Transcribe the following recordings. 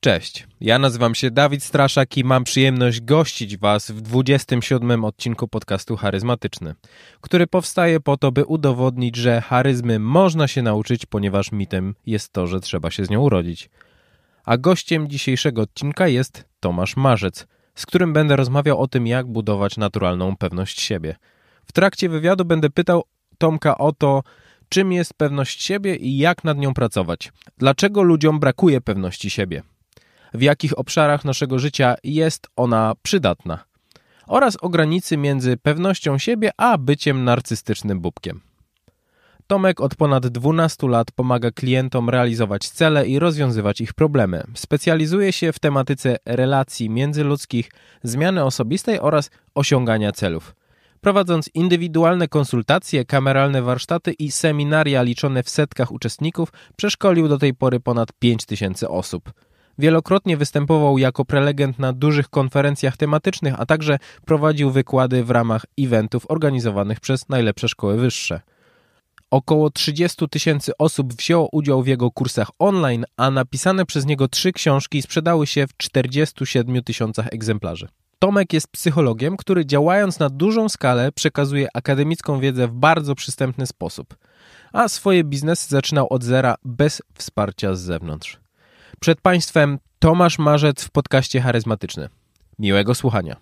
Cześć, ja nazywam się Dawid Straszak i mam przyjemność gościć Was w 27. odcinku podcastu Charyzmatyczny, który powstaje po to, by udowodnić, że charyzmy można się nauczyć, ponieważ mitem jest to, że trzeba się z nią urodzić. A gościem dzisiejszego odcinka jest Tomasz Marzec, z którym będę rozmawiał o tym, jak budować naturalną pewność siebie. W trakcie wywiadu będę pytał Tomka o to, czym jest pewność siebie i jak nad nią pracować. Dlaczego ludziom brakuje pewności siebie? W jakich obszarach naszego życia jest ona przydatna? Oraz o granicy między pewnością siebie a byciem narcystycznym bubkiem. Tomek od ponad 12 lat pomaga klientom realizować cele i rozwiązywać ich problemy. Specjalizuje się w tematyce relacji międzyludzkich, zmiany osobistej oraz osiągania celów. Prowadząc indywidualne konsultacje, kameralne warsztaty i seminaria liczone w setkach uczestników, przeszkolił do tej pory ponad 5000 osób. Wielokrotnie występował jako prelegent na dużych konferencjach tematycznych, a także prowadził wykłady w ramach eventów organizowanych przez najlepsze szkoły wyższe. Około 30 000 osób wzięło udział w jego kursach online, a napisane przez niego 3 książki sprzedały się w 47 000 egzemplarzy. Tomek jest psychologiem, który działając na dużą skalę przekazuje akademicką wiedzę w bardzo przystępny sposób, a swoje biznesy zaczynał od zera bez wsparcia z zewnątrz. Przed Państwem Tomasz Marzec w podcaście Charyzmatyczny. Miłego słuchania.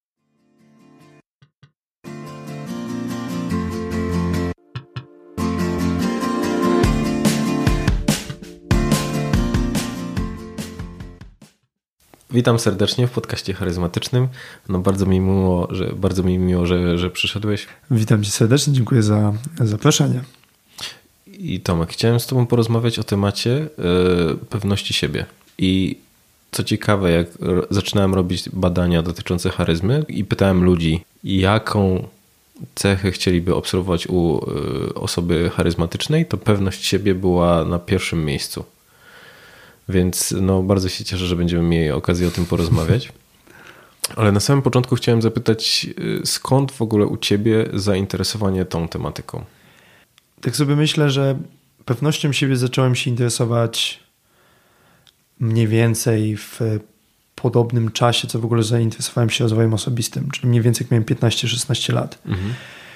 Witam serdecznie w podcaście charyzmatycznym. Bardzo mi miło, że przyszedłeś. Witam Cię serdecznie, dziękuję za zaproszenie. I Tomek, chciałem z Tobą porozmawiać o temacie pewności siebie. I co ciekawe, jak zaczynałem robić badania dotyczące charyzmy i pytałem ludzi, jaką cechę chcieliby obserwować u osoby charyzmatycznej, to pewność siebie była na pierwszym miejscu. Więc bardzo się cieszę, że będziemy mieli okazję o tym porozmawiać. Ale na samym początku chciałem zapytać, skąd w ogóle u Ciebie zainteresowanie tą tematyką? Tak sobie myślę, że pewnością siebie zacząłem się interesować mniej więcej w podobnym czasie, co w ogóle zainteresowałem się rozwojem osobistym, czyli mniej więcej jak miałem 15-16 lat. Mhm.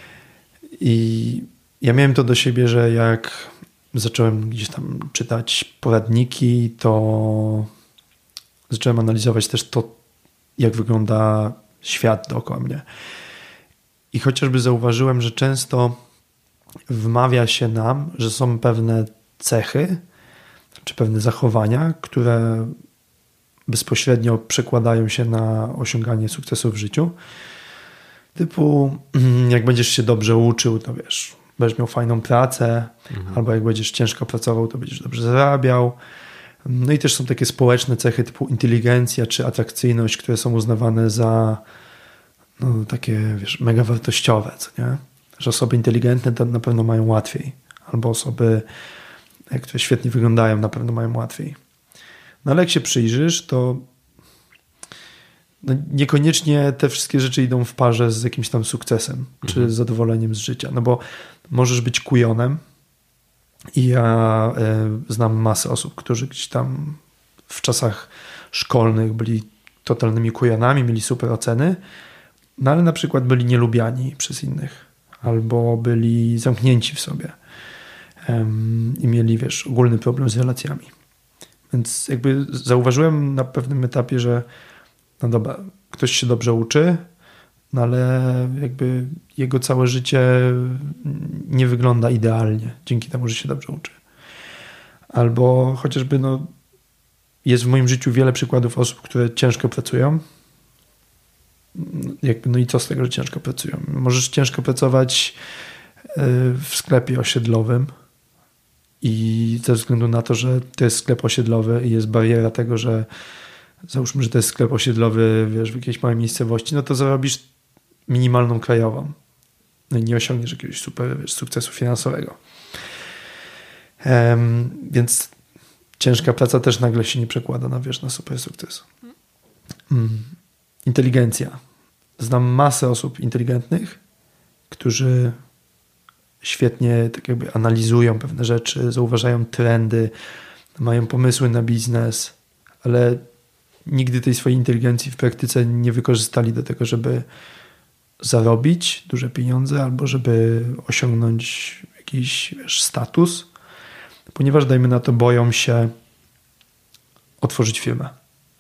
I ja miałem to do siebie, że jak zacząłem gdzieś tam czytać poradniki, to zacząłem analizować też to, jak wygląda świat dookoła mnie. I chociażby zauważyłem, że często wmawia się nam, że są pewne cechy czy pewne zachowania, które bezpośrednio przekładają się na osiąganie sukcesu w życiu. Typu, jak będziesz się dobrze uczył, to wiesz, będziesz miał fajną pracę, albo jak będziesz ciężko pracował, to będziesz dobrze zarabiał. No i też są takie społeczne cechy typu inteligencja czy atrakcyjność, które są uznawane za takie, wiesz, mega wartościowe, co nie? Że osoby inteligentne to na pewno mają łatwiej, albo osoby, które świetnie wyglądają, na pewno mają łatwiej. No ale jak się przyjrzysz, to niekoniecznie te wszystkie rzeczy idą w parze z jakimś tam sukcesem, czy zadowoleniem z życia. No bo możesz być kujonem i ja znam masę osób, którzy gdzieś tam w czasach szkolnych byli totalnymi kujonami, mieli super oceny, no ale na przykład byli nielubiani przez innych, albo byli zamknięci w sobie i mieli, wiesz, ogólny problem z relacjami. Więc jakby zauważyłem na pewnym etapie, że no dobra, ktoś się dobrze uczy, no ale jakby jego całe życie nie wygląda idealnie dzięki temu, że się dobrze uczy. Albo chociażby jest w moim życiu wiele przykładów osób, które ciężko pracują. No i co z tego, że ciężko pracują? Możesz ciężko pracować w sklepie osiedlowym i ze względu na to, że to jest sklep osiedlowy i jest bariera tego, że załóżmy, że to jest sklep osiedlowy, wiesz, w jakiejś małej miejscowości, no to zarobisz minimalną krajową. No i nie osiągniesz jakiegoś super, wiesz, sukcesu finansowego. Więc ciężka praca też nagle się nie przekłada na super sukces. Inteligencja. Znam masę osób inteligentnych, którzy świetnie tak jakby analizują pewne rzeczy, zauważają trendy, mają pomysły na biznes, ale nigdy tej swojej inteligencji w praktyce nie wykorzystali do tego, żeby zarobić duże pieniądze albo żeby osiągnąć jakiś status, ponieważ dajmy na to boją się otworzyć firmę.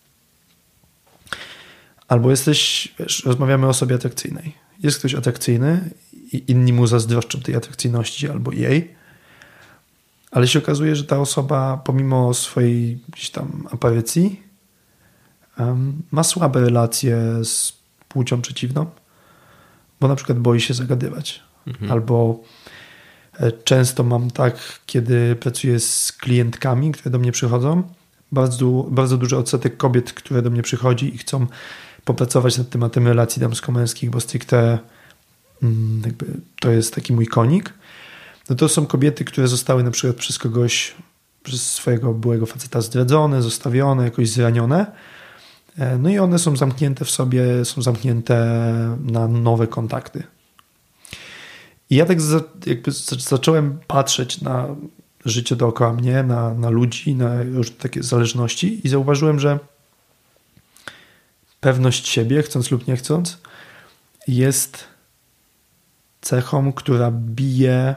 Albo rozmawiamy o osobie atrakcyjnej. Jest ktoś atrakcyjny i inni mu zazdroszczą tej atrakcyjności albo jej, ale się okazuje, że ta osoba pomimo swojej gdzieś tam aparycji ma słabe relacje z płcią przeciwną, bo na przykład boi się zagadywać. Albo często mam tak, kiedy pracuję z klientkami, które do mnie przychodzą, bardzo duży odsetek kobiet, które do mnie przychodzi i chcą popracować nad tematem relacji damsko-męskich, bo stricte jakby to jest taki mój konik. No to są kobiety, które zostały na przykład przez swojego byłego faceta zdradzone, zostawione, jakoś zranione. No i one są zamknięte w sobie, są zamknięte na nowe kontakty. I ja tak jakby zacząłem patrzeć na życie dookoła mnie, na ludzi, na różne takie zależności i zauważyłem, że pewność siebie, chcąc lub nie chcąc, jest cechą, która bije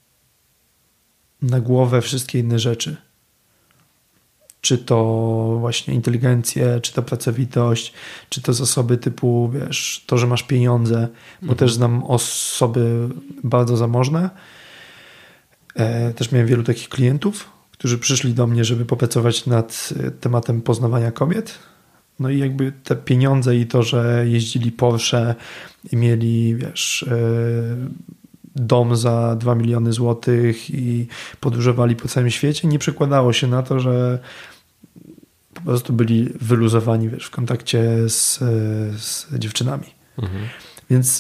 na głowę wszystkie inne rzeczy. Czy to właśnie inteligencję, czy to pracowitość, czy to zasoby typu, to, że masz pieniądze, bo też znam osoby bardzo zamożne. Też miałem wielu takich klientów, którzy przyszli do mnie, żeby popracować nad tematem poznawania kobiet. No i jakby te pieniądze i to, że jeździli Porsche i mieli, dom za 2 miliony złotych i podróżowali po całym świecie, nie przekładało się na to, że po prostu byli wyluzowani, w kontakcie z dziewczynami. Więc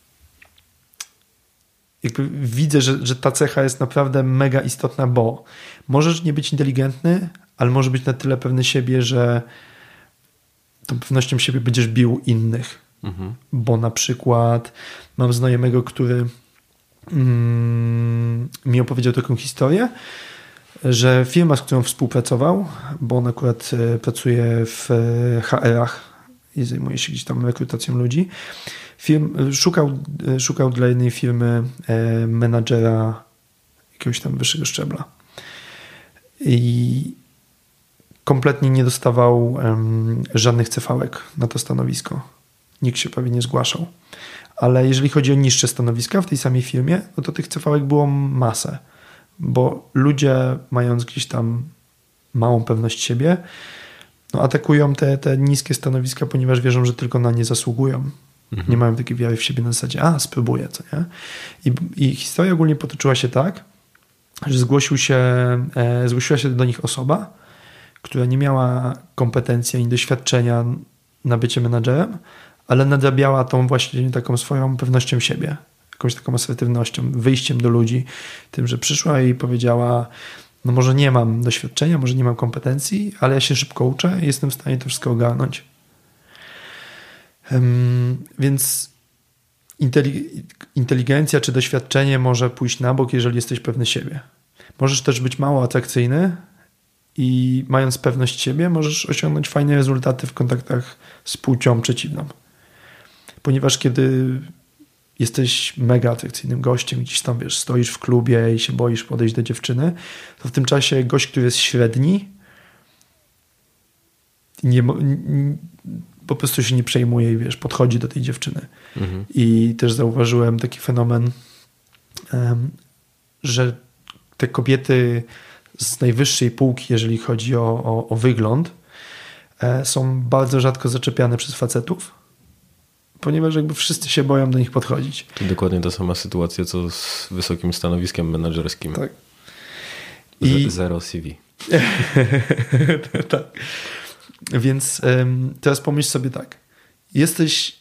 jakby widzę, że ta cecha jest naprawdę mega istotna, bo możesz nie być inteligentny, ale może być na tyle pewny siebie, że tą pewnością siebie będziesz bił innych. Bo na przykład mam znajomego, który mi opowiedział taką historię, że firma, z którą współpracował, bo on akurat pracuje w HR-ach i zajmuje się gdzieś tam rekrutacją ludzi, szukał dla jednej firmy menadżera jakiegoś tam wyższego szczebla. I kompletnie nie dostawał żadnych CV-ek na to stanowisko. Nikt się prawie nie zgłaszał. Ale jeżeli chodzi o niższe stanowiska w tej samej firmie, no to tych CV-ek było masę. Bo ludzie, mając gdzieś tam małą pewność siebie, no atakują te niskie stanowiska, ponieważ wierzą, że tylko na nie zasługują. Nie mają takiej wiary w siebie na zasadzie, spróbuję, co nie? I historia ogólnie potoczyła się tak, że zgłosiła się do nich osoba, która nie miała kompetencji ani doświadczenia na bycie menadżerem, ale nadrabiała tą właśnie taką swoją pewnością siebie, jakąś taką asertywnością, wyjściem do ludzi, tym, że przyszła i powiedziała, no może nie mam doświadczenia, może nie mam kompetencji, ale ja się szybko uczę i jestem w stanie to wszystko ogarnąć. Więc inteligencja czy doświadczenie może pójść na bok, jeżeli jesteś pewny siebie. Możesz też być mało atrakcyjny i mając pewność siebie możesz osiągnąć fajne rezultaty w kontaktach z płcią przeciwną. Ponieważ kiedy jesteś mega atrakcyjnym gościem, gdzieś tam stoisz w klubie i się boisz podejść do dziewczyny, to w tym czasie gość, który jest średni, po prostu się nie przejmuje i podchodzi do tej dziewczyny. I też zauważyłem taki fenomen, że te kobiety z najwyższej półki, jeżeli chodzi o wygląd, są bardzo rzadko zaczepiane przez facetów, ponieważ jakby wszyscy się boją do nich podchodzić. To dokładnie ta sama sytuacja, co z wysokim stanowiskiem menadżerskim. Tak. Zero CV. Tak. Więc teraz pomyśl sobie tak. Jesteś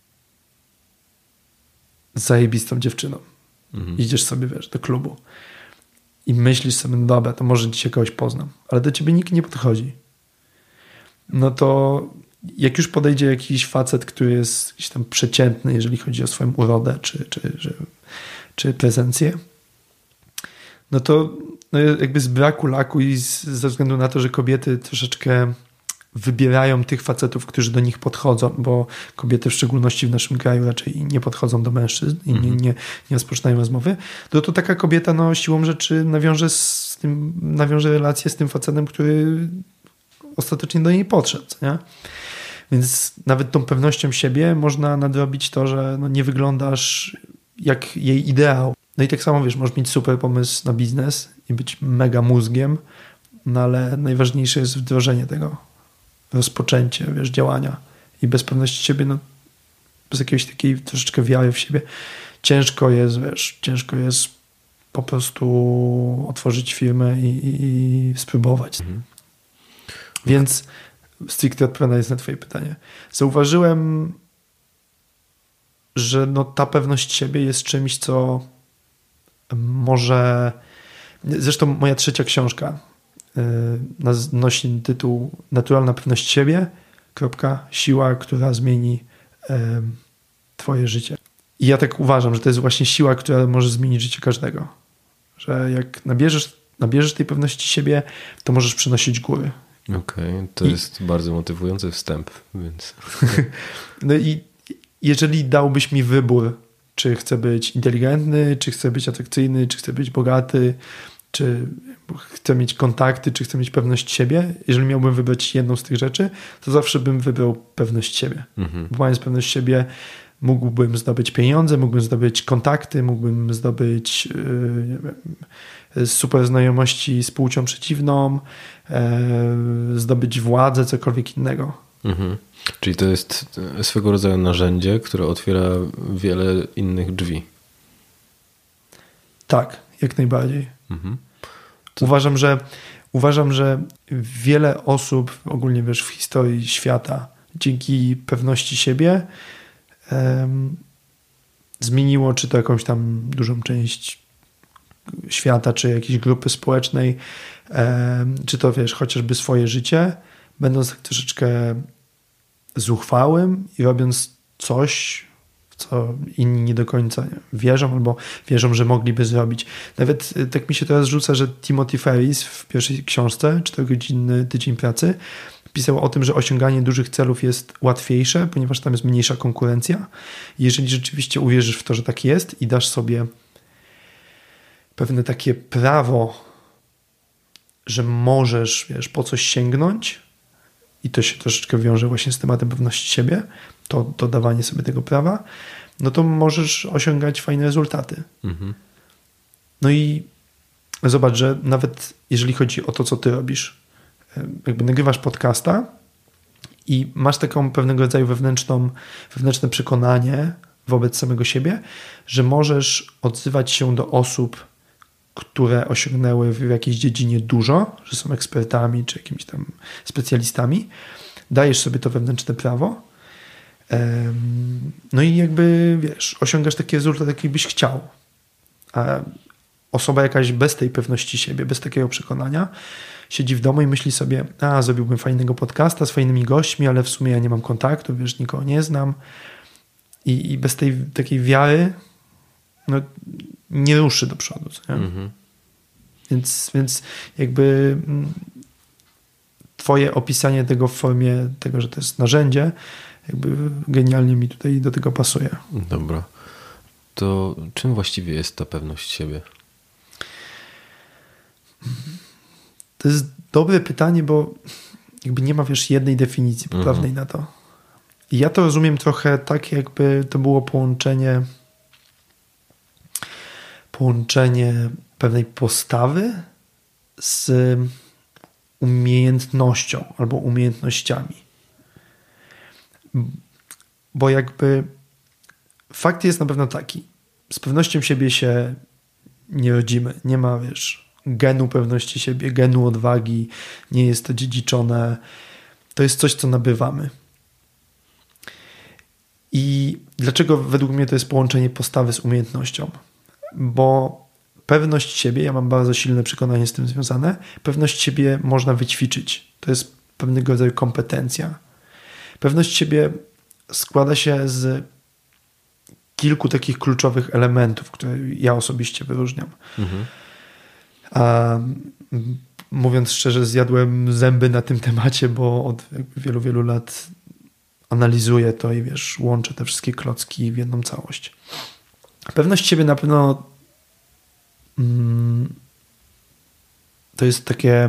zajebistą dziewczyną. Idziesz sobie, do klubu i myślisz sobie, no dobra, to może dzisiaj kogoś poznam. Ale do ciebie nikt nie podchodzi. No to jak już podejdzie jakiś facet, który jest jakiś tam przeciętny, jeżeli chodzi o swoją urodę czy prezencję, no to jakby z braku laku i ze względu na to, że kobiety troszeczkę wybierają tych facetów, którzy do nich podchodzą, bo kobiety w szczególności w naszym kraju raczej nie podchodzą do mężczyzn i nie rozpoczynają rozmowy, to taka kobieta siłą rzeczy nawiąże relację z tym facetem, który ostatecznie do niej podszedł. Nie? Więc nawet tą pewnością siebie można nadrobić to, że nie wyglądasz jak jej ideał. No i tak samo, możesz mieć super pomysł na biznes i być mega mózgiem, ale najważniejsze jest wdrożenie tego, rozpoczęcie, działania. I bez pewności siebie, bez jakiejś takiej troszeczkę wiary w siebie, ciężko jest po prostu otworzyć firmę i spróbować. Więc stricte odpowiadając na twoje pytanie. Zauważyłem, że ta pewność siebie jest czymś, co może... Zresztą moja 3. książka nosi tytuł Naturalna pewność siebie, siła, która zmieni twoje życie. I ja tak uważam, że to jest właśnie siła, która może zmienić życie każdego. Że jak nabierzesz tej pewności siebie, to możesz przynosić góry. Okej, to jest bardzo motywujący wstęp, więc... No i jeżeli dałbyś mi wybór, czy chcę być inteligentny, czy chcę być atrakcyjny, czy chcę być bogaty, czy chcę mieć kontakty, czy chcę mieć pewność siebie, jeżeli miałbym wybrać jedną z tych rzeczy, to zawsze bym wybrał pewność siebie. Bo mając pewność siebie, mógłbym zdobyć pieniądze, mógłbym zdobyć kontakty, mógłbym zdobyć super znajomości z płcią przeciwną, zdobyć władzę, cokolwiek innego. Czyli to jest swego rodzaju narzędzie, które otwiera wiele innych drzwi. Tak, jak najbardziej. Uważam, że wiele osób, ogólnie w historii świata, dzięki pewności siebie zmieniło czy to jakąś tam dużą część świata, czy jakiejś grupy społecznej, czy to chociażby swoje życie, będąc tak troszeczkę zuchwałym i robiąc coś, w co inni nie do końca wierzą albo wierzą, że mogliby zrobić. Nawet tak mi się teraz rzuca, że Timothy Ferris w pierwszej książce 4-godzinny tydzień pracy pisał o tym, że osiąganie dużych celów jest łatwiejsze, ponieważ tam jest mniejsza konkurencja. Jeżeli rzeczywiście uwierzysz w to, że tak jest i dasz sobie pewne takie prawo, że możesz, po coś sięgnąć, i to się troszeczkę wiąże właśnie z tematem pewności siebie, to dawanie sobie tego prawa, to możesz osiągać fajne rezultaty. No i zobacz, że nawet jeżeli chodzi o to, co ty robisz, jakby nagrywasz podcasta i masz taką pewnego rodzaju wewnętrzne przekonanie wobec samego siebie, że możesz odzywać się do osób, które osiągnęły w jakiejś dziedzinie dużo, że są ekspertami czy jakimiś tam specjalistami. Dajesz sobie to wewnętrzne prawo. No i jakby, osiągasz taki rezultat, jaki byś chciał. A osoba jakaś bez tej pewności siebie, bez takiego przekonania siedzi w domu i myśli sobie, zrobiłbym fajnego podcasta z fajnymi gośćmi, ale w sumie ja nie mam kontaktu, nikogo nie znam. I bez tej takiej wiary nie ruszy do przodu. Nie? Więc jakby twoje opisanie tego w formie tego, że to jest narzędzie, jakby genialnie mi tutaj do tego pasuje. Dobra. To czym właściwie jest ta pewność siebie? To jest dobre pytanie, bo jakby nie ma jednej definicji poprawnej na to. I ja to rozumiem trochę tak, jakby to było połączenie pewnej postawy z umiejętnością albo umiejętnościami. Bo jakby fakt jest na pewno taki. Z pewnością siebie się nie rodzimy. Nie ma, genu pewności siebie, genu odwagi. Nie jest to dziedziczone. To jest coś, co nabywamy. I dlaczego według mnie to jest połączenie postawy z umiejętnością? Bo pewność siebie, ja mam bardzo silne przekonanie z tym związane, pewność siebie można wyćwiczyć. To jest pewnego rodzaju kompetencja. Pewność siebie składa się z kilku takich kluczowych elementów, które ja osobiście wyróżniam. mówiąc szczerze, zjadłem zęby na tym temacie, bo od wielu, wielu lat analizuję to i łączę te wszystkie klocki w jedną całość. Pewność siebie na pewno to jest takie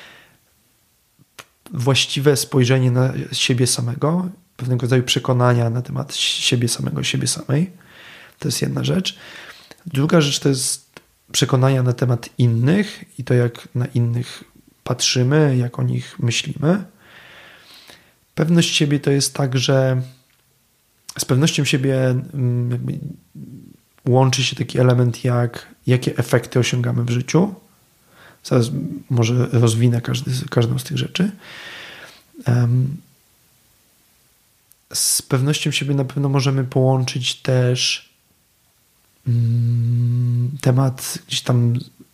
właściwe spojrzenie na siebie samego, pewnego rodzaju przekonania na temat siebie samego, siebie samej. To jest jedna rzecz. Druga rzecz to jest przekonania na temat innych i to, jak na innych patrzymy, jak o nich myślimy. Pewność siebie to jest tak, że z pewnością siebie jakby łączy się taki element, jakie efekty osiągamy w życiu. Zaraz może rozwinę każdą z tych rzeczy. Z pewnością siebie na pewno możemy połączyć też temat gdzieś tam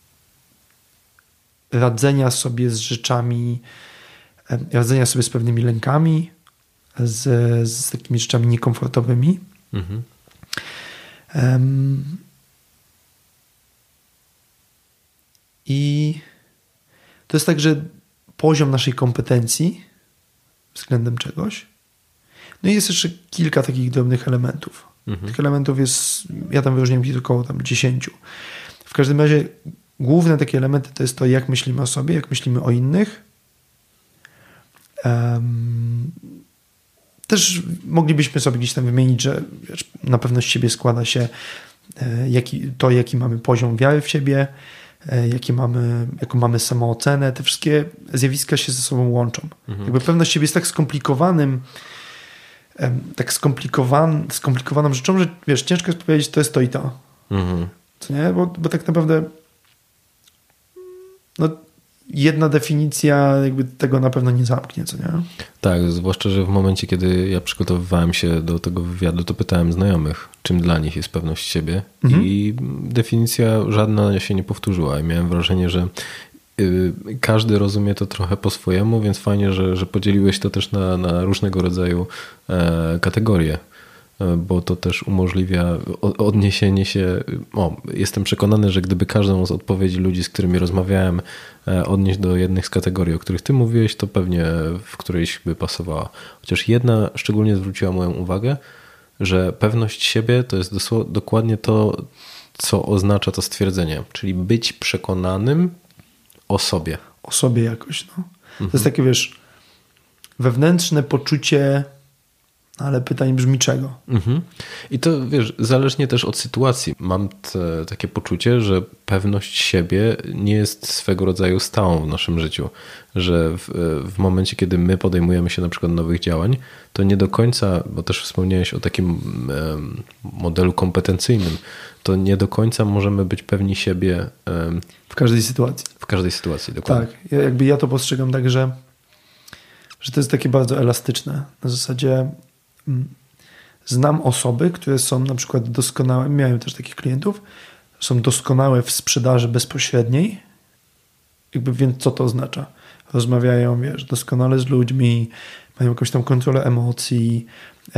radzenia sobie z rzeczami, radzenia sobie z pewnymi lękami, z takimi rzeczami niekomfortowymi. Mhm. I to jest tak, że poziom naszej kompetencji względem czegoś. No i jest jeszcze kilka takich drobnych elementów. Mhm. Tych elementów jest, ja tam wyróżniam ich około 10. W każdym razie główne takie elementy to jest to, jak myślimy o sobie, jak myślimy o innych. Też moglibyśmy sobie gdzieś tam wymienić, że na pewność siebie składa się jaki mamy poziom wiary w siebie, jaką mamy samoocenę. Te wszystkie zjawiska się ze sobą łączą. Mhm. Jakby pewność siebie jest tak skomplikowaną rzeczą, że ciężko jest powiedzieć, to jest to i to. Mhm. Co nie? Bo tak naprawdę jedna definicja jakby tego na pewno nie zamknie, co nie? Tak, zwłaszcza, że w momencie, kiedy ja przygotowywałem się do tego wywiadu, to pytałem znajomych, czym dla nich jest pewność siebie i definicja żadna się nie powtórzyła i miałem wrażenie, że każdy rozumie to trochę po swojemu, więc fajnie, że podzieliłeś to też na różnego rodzaju kategorie, bo to też umożliwia odniesienie się. Jestem przekonany, że gdyby każdą z odpowiedzi ludzi, z którymi rozmawiałem, odnieść do jednych z kategorii, o których ty mówiłeś, to pewnie w którejś by pasowała. Chociaż jedna szczególnie zwróciła moją uwagę, że pewność siebie to jest dokładnie to, co oznacza to stwierdzenie, czyli być przekonanym o sobie. O sobie jakoś, no. To jest takie, wewnętrzne poczucie, ale pytanie brzmi czego? Mhm. I to, zależnie też od sytuacji. Mam takie poczucie, że pewność siebie nie jest swego rodzaju stałą w naszym życiu. Że w momencie, kiedy my podejmujemy się na przykład nowych działań, to nie do końca, bo też wspomniałeś o takim modelu kompetencyjnym, to nie do końca możemy być pewni siebie w każdej sytuacji. W każdej sytuacji, dokładnie. Tak, ja to postrzegam tak, że to jest takie bardzo elastyczne. Na zasadzie znam osoby, które są na przykład doskonałe, miałem też takich klientów, są doskonałe w sprzedaży bezpośredniej, więc co to oznacza? Rozmawiają, doskonale z ludźmi, mają jakąś tam kontrolę emocji,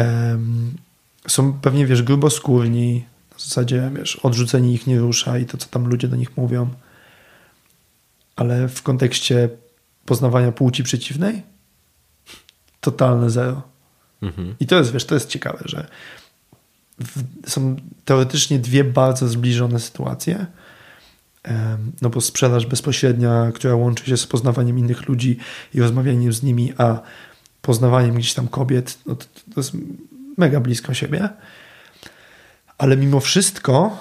są pewnie, gruboskórni, w zasadzie, odrzucenie ich nie rusza i to, co tam ludzie do nich mówią, ale w kontekście poznawania płci przeciwnej totalne zero. Mhm. I to jest, to jest ciekawe, że są teoretycznie dwie bardzo zbliżone sytuacje, no bo sprzedaż bezpośrednia, która łączy się z poznawaniem innych ludzi i rozmawianiem z nimi, a poznawaniem gdzieś tam kobiet, no to jest mega blisko siebie, ale mimo wszystko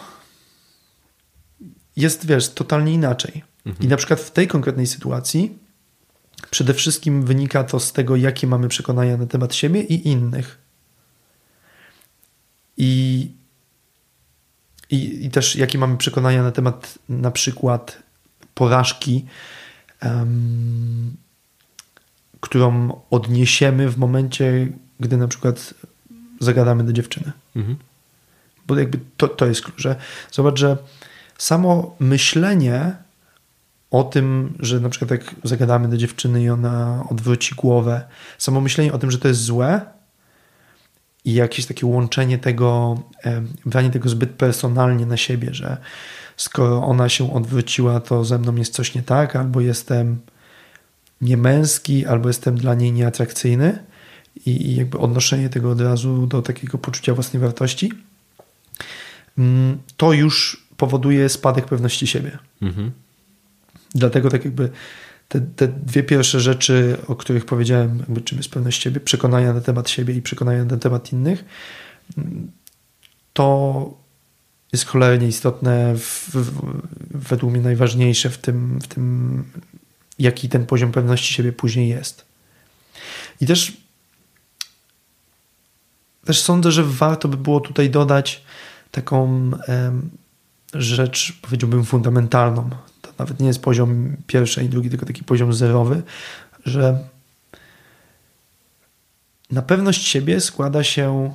jest, totalnie inaczej. Mhm. I na przykład w tej konkretnej sytuacji przede wszystkim wynika to z tego, jakie mamy przekonania na temat siebie i innych. I też jakie mamy przekonania na temat na przykład porażki, którą odniesiemy w momencie, gdy na przykład zagadamy do dziewczyny. Mhm. Bo jakby to jest klucz. Zobacz, że samo myślenie o tym, że na przykład jak zagadamy do dziewczyny i ona odwróci głowę, samo myślenie o tym, że to jest złe i jakieś takie łączenie tego, branie tego zbyt personalnie na siebie, że skoro ona się odwróciła, to ze mną jest coś nie tak, albo jestem niemęski, albo jestem dla niej nieatrakcyjny i jakby odnoszenie tego od razu do takiego poczucia własnej wartości, to już powoduje spadek pewności siebie. Dlatego tak jakby te dwie pierwsze rzeczy, o których powiedziałem, jakby czym jest pewność siebie, przekonania na temat siebie i przekonania na temat innych, to jest cholernie istotne, według mnie najważniejsze w tym, jaki ten poziom pewności siebie później jest. I też sądzę, że warto by było tutaj dodać taką rzecz, powiedziałbym, fundamentalną. To nawet nie jest poziom pierwszy i drugi, tylko taki poziom zerowy, że na pewność siebie składa się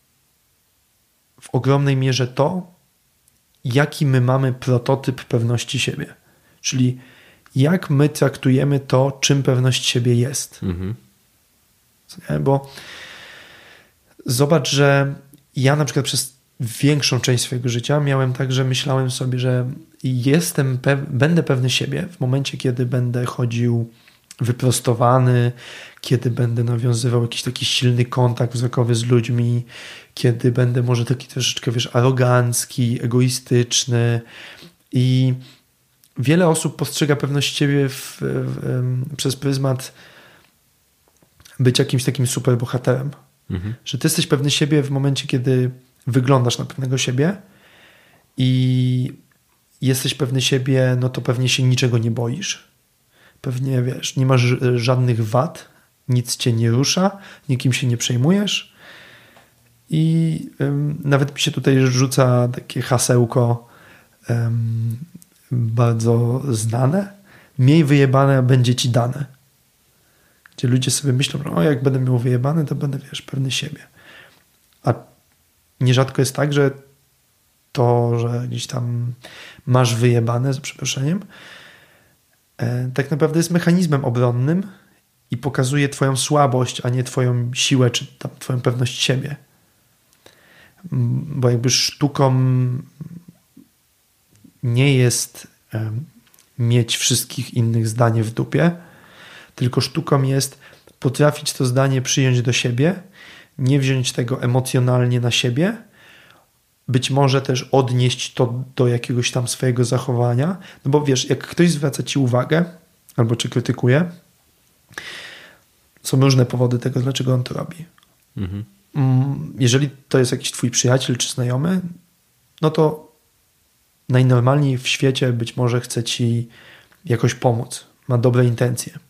w ogromnej mierze to, jaki my mamy prototyp pewności siebie. Czyli jak my traktujemy to, czym pewność siebie jest. Bo zobacz, że ja na przykład przez większą część swojego życia miałem tak, że myślałem sobie, że będę pewny siebie w momencie, kiedy będę chodził wyprostowany, kiedy będę nawiązywał jakiś taki silny kontakt wzrokowy z ludźmi, kiedy będę może taki troszeczkę, arogancki, egoistyczny i wiele osób postrzega pewność siebie przez pryzmat być jakimś takim superbohaterem. Że ty jesteś pewny siebie w momencie, kiedy wyglądasz na pewnego siebie i jesteś pewny siebie, no to pewnie się niczego nie boisz. Pewnie, nie masz żadnych wad, nic cię nie rusza, nikim się nie przejmujesz i nawet mi się tutaj rzuca takie hasełko bardzo znane. Miej wyjebane, będzie ci dane. Gdzie ludzie sobie myślą, że jak będę miał wyjebane, to będę, pewny siebie. A nierzadko jest tak, że to, że gdzieś tam masz wyjebane, za przeproszeniem, tak naprawdę jest mechanizmem obronnym i pokazuje twoją słabość, a nie twoją siłę, czy tam twoją pewność siebie. Bo jakby sztuką nie jest mieć wszystkich innych zdanie w dupie, tylko sztuką jest potrafić to zdanie przyjąć do siebie, nie wziąć tego emocjonalnie na siebie, być może też odnieść to do jakiegoś tam swojego zachowania, no bo jak ktoś zwraca ci uwagę albo cię krytykuje, są różne powody tego, dlaczego on to robi. Jeżeli to jest jakiś twój przyjaciel czy znajomy, no to najnormalniej w świecie być może chce ci jakoś pomóc, ma dobre intencje.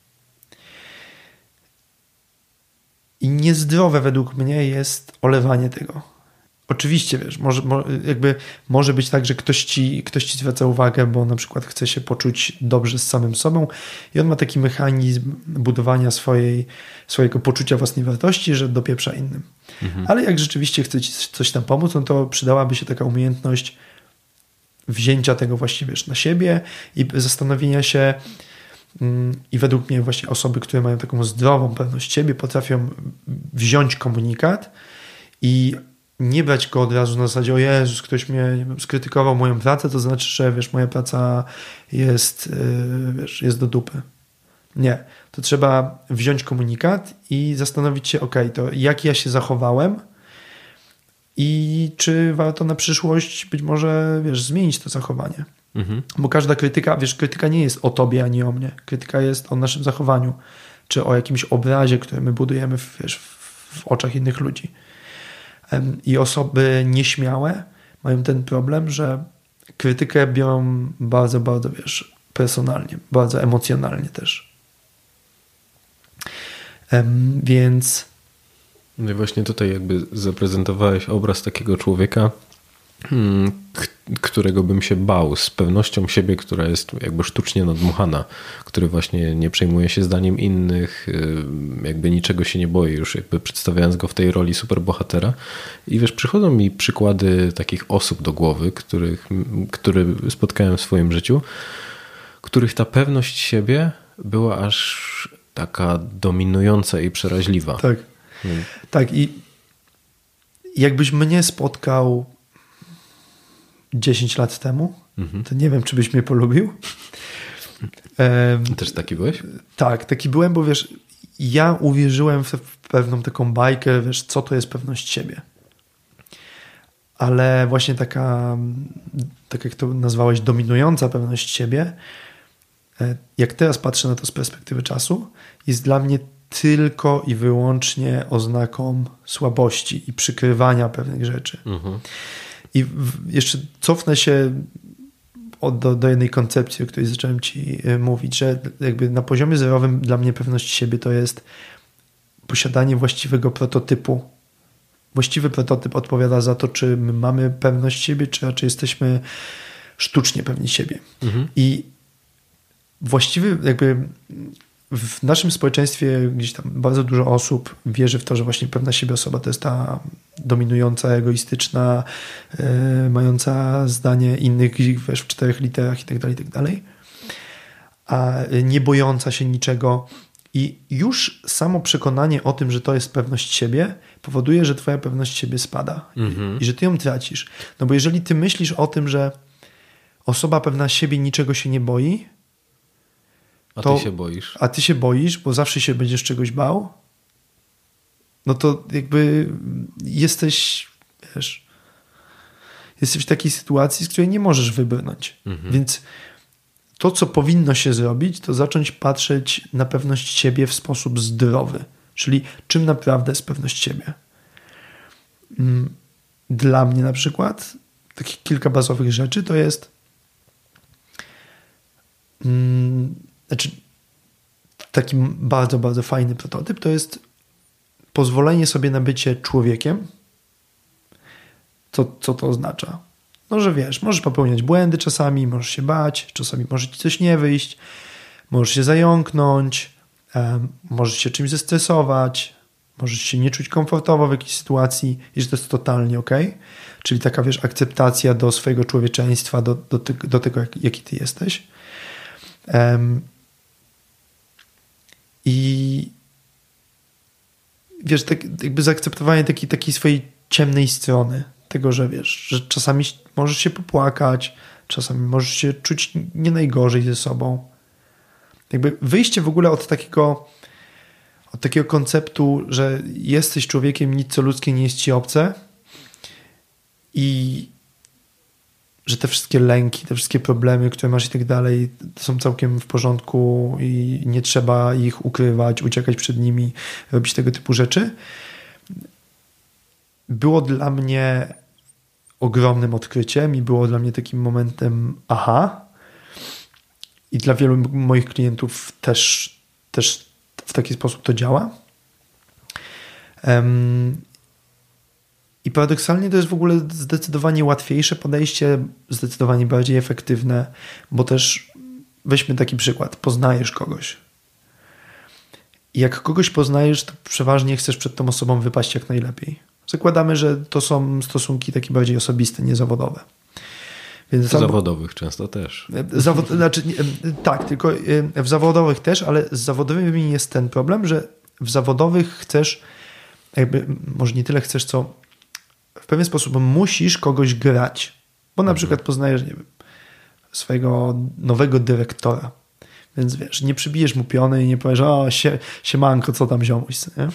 I niezdrowe według mnie jest olewanie tego. Oczywiście, może być tak, że ktoś ci zwraca uwagę, bo na przykład chce się poczuć dobrze z samym sobą i on ma taki mechanizm budowania swojego poczucia własnej wartości, że dopieprza innym. Ale jak rzeczywiście chce ci coś tam pomóc, no to przydałaby się taka umiejętność wzięcia tego właściwie na siebie i zastanowienia się. I według mnie właśnie osoby, które mają taką zdrową pewność siebie, potrafią wziąć komunikat i nie brać go od razu na zasadzie: o Jezus, ktoś mnie skrytykował moją pracę, to znaczy, że moja praca jest do dupy. Nie. To trzeba wziąć komunikat i zastanowić się, to jak ja się zachowałem i czy warto na przyszłość być może, zmienić to zachowanie. Bo każda krytyka nie jest o tobie, ani o mnie. Krytyka jest o naszym zachowaniu, czy o jakimś obrazie, który my budujemy w oczach innych ludzi. I osoby nieśmiałe mają ten problem, że krytykę biorą bardzo, bardzo, personalnie, bardzo emocjonalnie też. Więc... No i właśnie tutaj jakby zaprezentowałeś obraz takiego człowieka, którego bym się bał, z pewnością siebie, która jest jakby sztucznie nadmuchana, który właśnie nie przejmuje się zdaniem innych, jakby niczego się nie boi, już jakby przedstawiając go w tej roli superbohatera. I przychodzą mi przykłady takich osób do głowy, które spotkałem w swoim życiu, których ta pewność siebie była aż taka dominująca i przeraźliwa. Tak. Tak, i jakbyś mnie spotkał 10 lat temu, to nie wiem, czy byś mnie polubił. Też taki byłeś? Tak, taki byłem, bo wiesz, ja uwierzyłem w pewną taką bajkę, wiesz, co to jest pewność siebie. Ale właśnie taka, tak jak to nazwałeś, dominująca pewność siebie, jak teraz patrzę na to z perspektywy czasu, jest dla mnie tylko i wyłącznie oznaką słabości i przykrywania pewnych rzeczy. I jeszcze cofnę się do jednej koncepcji, o której zacząłem ci mówić, że jakby na poziomie zerowym dla mnie pewność siebie to jest posiadanie właściwego prototypu. Właściwy prototyp odpowiada za to, czy my mamy pewność siebie, czy raczej jesteśmy sztucznie pewni siebie. I właściwy jakby w naszym społeczeństwie gdzieś tam bardzo dużo osób wierzy w to, że właśnie pewna siebie osoba to jest ta dominująca, egoistyczna, mająca zdanie innych, wiesz, w 4 literach i tak dalej, a nie bojąca się niczego. I już samo przekonanie o tym, że to jest pewność siebie, powoduje, że twoja pewność siebie spada i że ty ją tracisz. No bo jeżeli ty myślisz o tym, że osoba pewna siebie niczego się nie boi, a ty się boisz, bo zawsze się będziesz czegoś bał, no to jakby jesteś w takiej sytuacji, z której nie możesz wybrnąć. Więc to, co powinno się zrobić, to zacząć patrzeć na pewność siebie w sposób zdrowy. Czyli czym naprawdę jest pewność siebie. Dla mnie na przykład takich kilka bazowych rzeczy to jest taki bardzo, bardzo fajny prototyp to jest pozwolenie sobie na bycie człowiekiem. Co to oznacza? No, że wiesz, możesz popełniać błędy czasami, możesz się bać, czasami może ci coś nie wyjść, możesz się zająknąć, możesz się czymś zestresować, możesz się nie czuć komfortowo w jakiejś sytuacji i że to jest totalnie okej. Czyli taka, wiesz, akceptacja do swojego człowieczeństwa, do tego, jaki ty jesteś. I wiesz, tak jakby zaakceptowanie takiej swojej ciemnej strony, tego, że wiesz, że czasami możesz się popłakać, czasami możesz się czuć nie najgorzej ze sobą. Jakby wyjście w ogóle od takiego konceptu, że jesteś człowiekiem, nic co ludzkie nie jest ci obce i że te wszystkie lęki, te wszystkie problemy, które masz i tak dalej, są całkiem w porządku i nie trzeba ich ukrywać, uciekać przed nimi, robić tego typu rzeczy. Było dla mnie ogromnym odkryciem i było dla mnie takim momentem aha. I dla wielu moich klientów też w taki sposób to działa. I paradoksalnie to jest w ogóle zdecydowanie łatwiejsze podejście, zdecydowanie bardziej efektywne, bo też weźmy taki przykład. Poznajesz kogoś. I jak kogoś poznajesz, to przeważnie chcesz przed tą osobą wypaść jak najlepiej. Zakładamy, że to są stosunki takie bardziej osobiste, niezawodowe. Więc zawodowych często też. Tak, tylko w zawodowych też, ale z zawodowymi jest ten problem, że w zawodowych chcesz, jakby może nie tyle chcesz, co w pewien sposób musisz kogoś grać. Bo na przykład poznajesz, nie wiem, swojego nowego dyrektora. Więc wiesz, nie przybijesz mu piony i nie powiesz, o siemanko, co tam ziomuś, nie?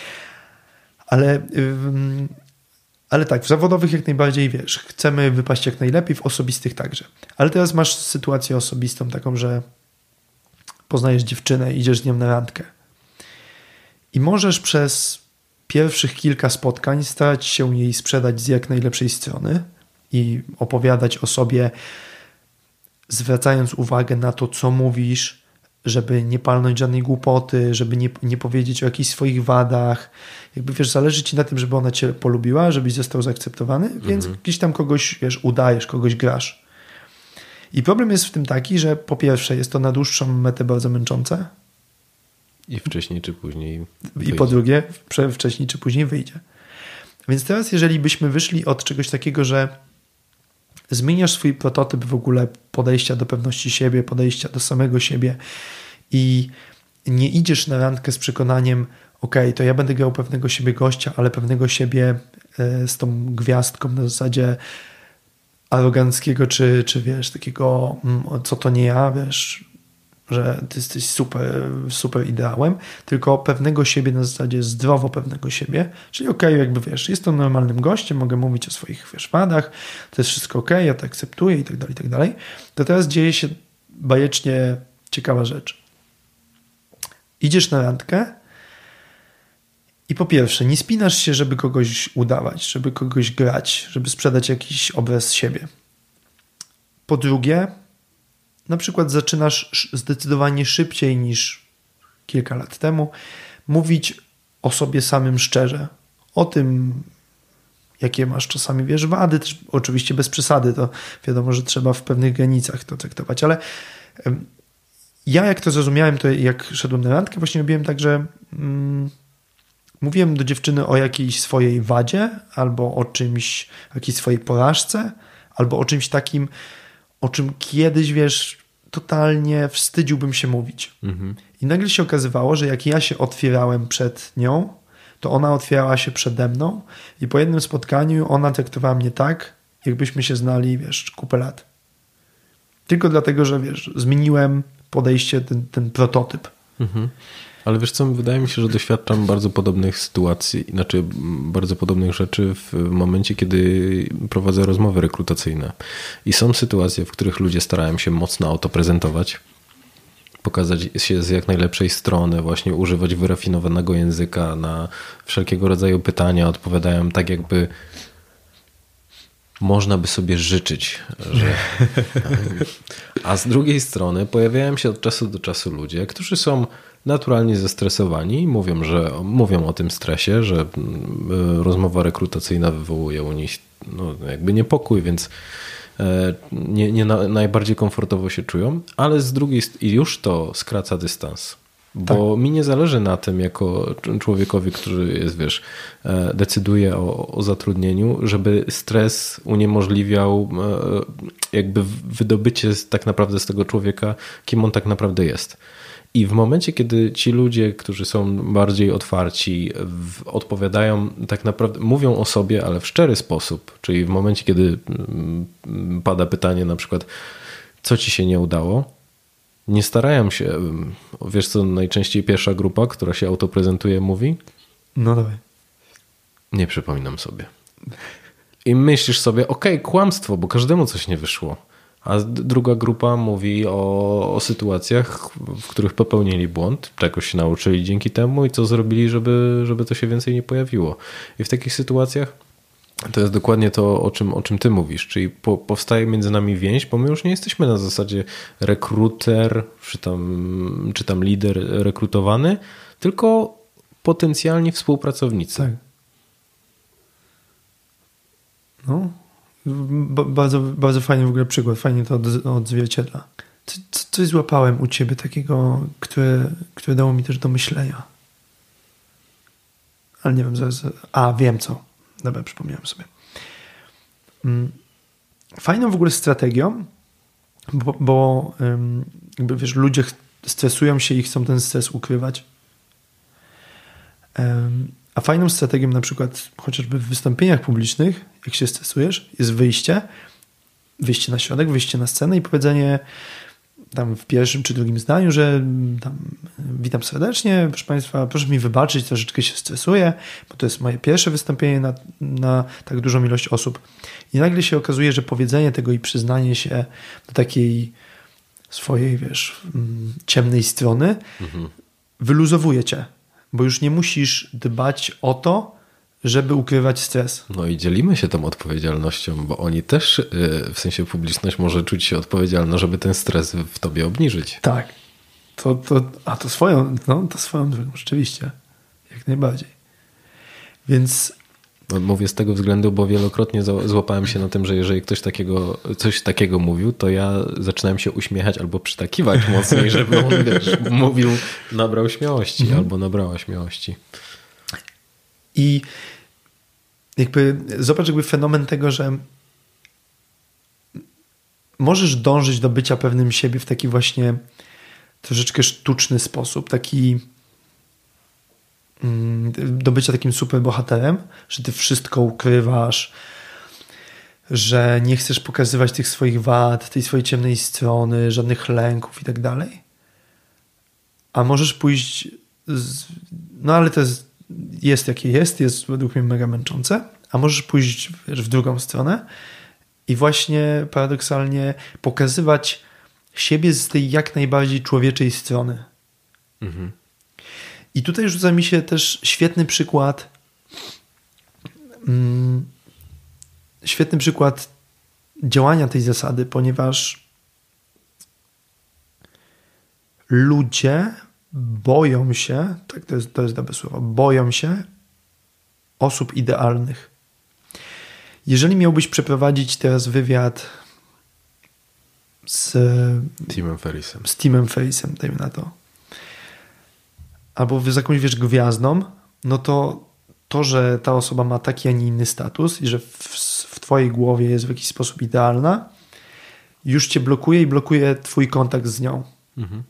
Ale tak, w zawodowych jak najbardziej, wiesz, chcemy wypaść jak najlepiej, w osobistych także. Ale teraz masz sytuację osobistą taką, że poznajesz dziewczynę, idziesz z nią na randkę. I możesz przez pierwszych kilka spotkań starać się jej sprzedać z jak najlepszej strony i opowiadać o sobie, zwracając uwagę na to, co mówisz, żeby nie palnąć żadnej głupoty, żeby nie powiedzieć o jakichś swoich wadach. Jakby, wiesz, zależy ci na tym, żeby ona cię polubiła, żebyś został zaakceptowany, więc gdzieś tam kogoś, wiesz, udajesz, kogoś grasz. I problem jest w tym taki, że po pierwsze jest to na dłuższą metę bardzo męczące. I wcześniej czy później wyjdzie. I po drugie, wcześniej czy później wyjdzie. Więc teraz, jeżeli byśmy wyszli od czegoś takiego, że zmieniasz swój prototyp w ogóle podejścia do pewności siebie, podejścia do samego siebie i nie idziesz na randkę z przekonaniem, okej, to ja będę grał pewnego siebie gościa, ale pewnego siebie z tą gwiazdką na zasadzie aroganckiego, czy wiesz, takiego co to nie ja, wiesz, że ty jesteś super ideałem, tylko pewnego siebie na zasadzie zdrowo pewnego siebie, czyli okej, jakby wiesz, jestem normalnym gościem, mogę mówić o swoich, wiesz, wadach, to jest wszystko okej, ja to akceptuję i tak dalej, to teraz dzieje się bajecznie ciekawa rzecz. Idziesz na randkę i po pierwsze, nie spinasz się, żeby kogoś udawać, żeby kogoś grać, żeby sprzedać jakiś obraz siebie. Po drugie, na przykład zaczynasz zdecydowanie szybciej niż kilka lat temu mówić o sobie samym szczerze. O tym, jakie masz czasami, wiesz, wady, też oczywiście bez przesady, to wiadomo, że trzeba w pewnych granicach to traktować, ale ja jak to zrozumiałem, to jak szedłem na randkę, właśnie robiłem tak, że mówiłem do dziewczyny o jakiejś swojej wadzie, albo o czymś, jakiejś swojej porażce, albo o czymś takim, o czym kiedyś, wiesz, totalnie wstydziłbym się mówić. I nagle się okazywało, że jak ja się otwierałem przed nią, to ona otwierała się przede mną i po jednym spotkaniu ona traktowała mnie tak, jakbyśmy się znali, wiesz, kupę lat. Tylko dlatego, że wiesz, zmieniłem podejście, ten prototyp. Ale wiesz co, wydaje mi się, że doświadczam bardzo podobnych sytuacji, znaczy bardzo podobnych rzeczy w momencie, kiedy prowadzę rozmowy rekrutacyjne. I są sytuacje, w których ludzie starają się mocno autoprezentować, pokazać się z jak najlepszej strony, właśnie używać wyrafinowanego języka na wszelkiego rodzaju pytania, odpowiadają tak jakby można by sobie życzyć, że... A z drugiej strony pojawiają się od czasu do czasu ludzie, którzy są naturalnie zestresowani i mówią o tym stresie, że rozmowa rekrutacyjna wywołuje u nich jakby niepokój, więc nie najbardziej komfortowo się czują, ale z drugiej strony już to skraca dystans. Bo mi nie zależy na tym, jako człowiekowi, który jest, wiesz, decyduje o zatrudnieniu, żeby stres uniemożliwiał jakby wydobycie tak naprawdę z tego człowieka, kim on tak naprawdę jest. I w momencie, kiedy ci ludzie, którzy są bardziej otwarci, odpowiadają tak naprawdę, mówią o sobie, ale w szczery sposób, czyli w momencie, kiedy pada pytanie na przykład, co ci się nie udało, nie starają się, wiesz co najczęściej pierwsza grupa, która się autoprezentuje, mówi? No dawaj. Nie przypominam sobie. I myślisz sobie, okej, kłamstwo, bo każdemu coś nie wyszło. A druga grupa mówi o sytuacjach, w których popełnili błąd, czegoś się nauczyli dzięki temu i co zrobili, żeby to się więcej nie pojawiło. I w takich sytuacjach to jest dokładnie to, o czym ty mówisz, czyli powstaje między nami więź, bo my już nie jesteśmy na zasadzie rekruter, czy tam lider rekrutowany, tylko potencjalni współpracownicy. Tak. No, bardzo, bardzo fajny w ogóle przykład, fajnie to odzwierciedla. Coś złapałem u ciebie takiego, które dało mi też do myślenia. Ale nie wiem, zaraz... wiem co. Dobra, przypomniałem sobie. Fajną w ogóle strategią, bo jakby wiesz, ludzie stresują się i chcą ten stres ukrywać. A fajną strategią na przykład chociażby w wystąpieniach publicznych, jak się stresujesz, jest wyjście na środek, wyjście na scenę i powiedzenie tam w pierwszym czy drugim zdaniu, że tam witam serdecznie, proszę Państwa, proszę mi wybaczyć, troszeczkę się stresuję, bo to jest moje pierwsze wystąpienie na tak dużą ilość osób. I nagle się okazuje, że powiedzenie tego i przyznanie się do takiej swojej, wiesz, ciemnej strony wyluzowuje cię, bo już nie musisz dbać o to, żeby ukrywać stres. No i dzielimy się tą odpowiedzialnością, bo oni też, w sensie publiczność może czuć się odpowiedzialna, żeby ten stres w tobie obniżyć. Tak. To swoją drogą, rzeczywiście. Jak najbardziej. Więc... Mówię z tego względu, bo wielokrotnie złapałem się na tym, że jeżeli ktoś coś takiego mówił, to ja zaczynałem się uśmiechać albo przytakiwać mocniej, żeby on, wiesz, mówił, nabrał śmiałości albo nabrała śmiałości. I zobacz fenomen tego, że możesz dążyć do bycia pewnym siebie w taki właśnie troszeczkę sztuczny sposób, do bycia takim super bohaterem, że ty wszystko ukrywasz, że nie chcesz pokazywać tych swoich wad, tej swojej ciemnej strony, żadnych lęków i tak dalej. A możesz pójść, no ale to jest jakie jest według mnie mega męczące, a możesz pójść w drugą stronę i właśnie paradoksalnie pokazywać siebie z tej jak najbardziej człowieczej strony. Mhm. I tutaj rzuca mi się też świetny przykład działania tej zasady, ponieważ ludzie boją się, tak to jest dobre słowo, boją się osób idealnych. Jeżeli miałbyś przeprowadzić teraz wywiad z Timem Ferrissem, dajmy na to, albo z jakąś, gwiazdą, no to, że ta osoba ma taki, a nie inny status i że w twojej głowie jest w jakiś sposób idealna, już cię blokuje i blokuje twój kontakt z nią. Mhm.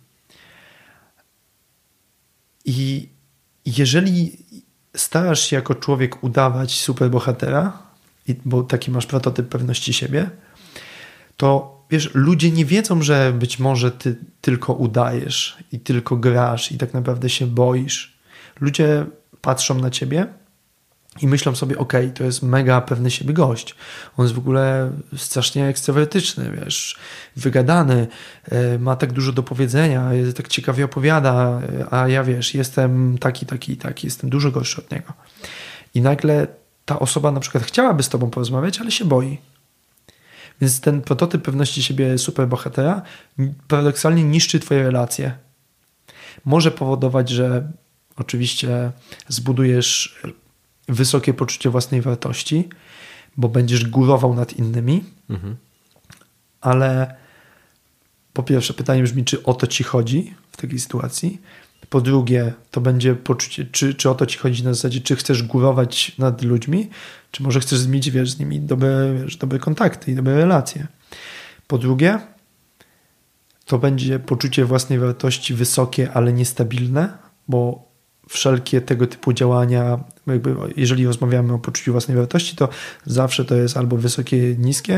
I jeżeli starasz się jako człowiek udawać superbohatera, bo taki masz prototyp pewności siebie, to ludzie nie wiedzą, że być może ty tylko udajesz i tylko grasz i tak naprawdę się boisz. Ludzie patrzą na ciebie i myślą sobie, okej, to jest mega pewny siebie gość. On jest w ogóle strasznie ekstrawertyczny, wygadany, ma tak dużo do powiedzenia, tak ciekawie opowiada, a ja jestem taki, jestem dużo gorszy od niego. I nagle ta osoba na przykład chciałaby z tobą porozmawiać, ale się boi. Więc ten prototyp pewności siebie superbohatera paradoksalnie niszczy twoje relacje. Może powodować, że oczywiście zbudujesz wysokie poczucie własnej wartości, bo będziesz górował nad innymi, ale po pierwsze pytanie brzmi, czy o to ci chodzi w takiej sytuacji? Po drugie, to będzie poczucie, czy o to ci chodzi na zasadzie, czy chcesz górować nad ludźmi, czy może chcesz mieć z nimi dobre kontakty i dobre relacje. Po drugie, to będzie poczucie własnej wartości wysokie, ale niestabilne, bo wszelkie tego typu działania, jeżeli rozmawiamy o poczuciu własnej wartości, to zawsze to jest albo wysokie, niskie,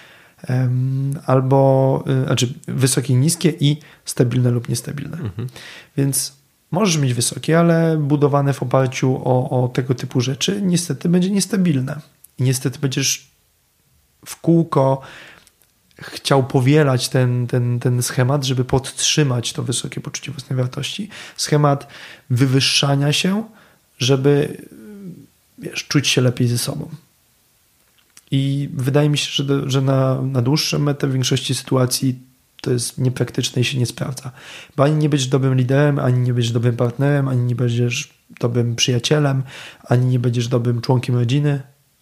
albo wysokie, niskie i stabilne lub niestabilne. Więc możesz mieć wysokie, ale budowane w oparciu o tego typu rzeczy niestety będzie niestabilne. I niestety będziesz w kółko chciał powielać ten schemat, żeby podtrzymać to wysokie poczucie własnej wartości. Schemat wywyższania się, żeby czuć się lepiej ze sobą. I wydaje mi się, że na dłuższą metę w większości sytuacji to jest niepraktyczne i się nie sprawdza. Bo ani nie będziesz dobrym liderem, ani nie będziesz dobrym partnerem, ani nie będziesz dobrym przyjacielem, ani nie będziesz dobrym członkiem rodziny.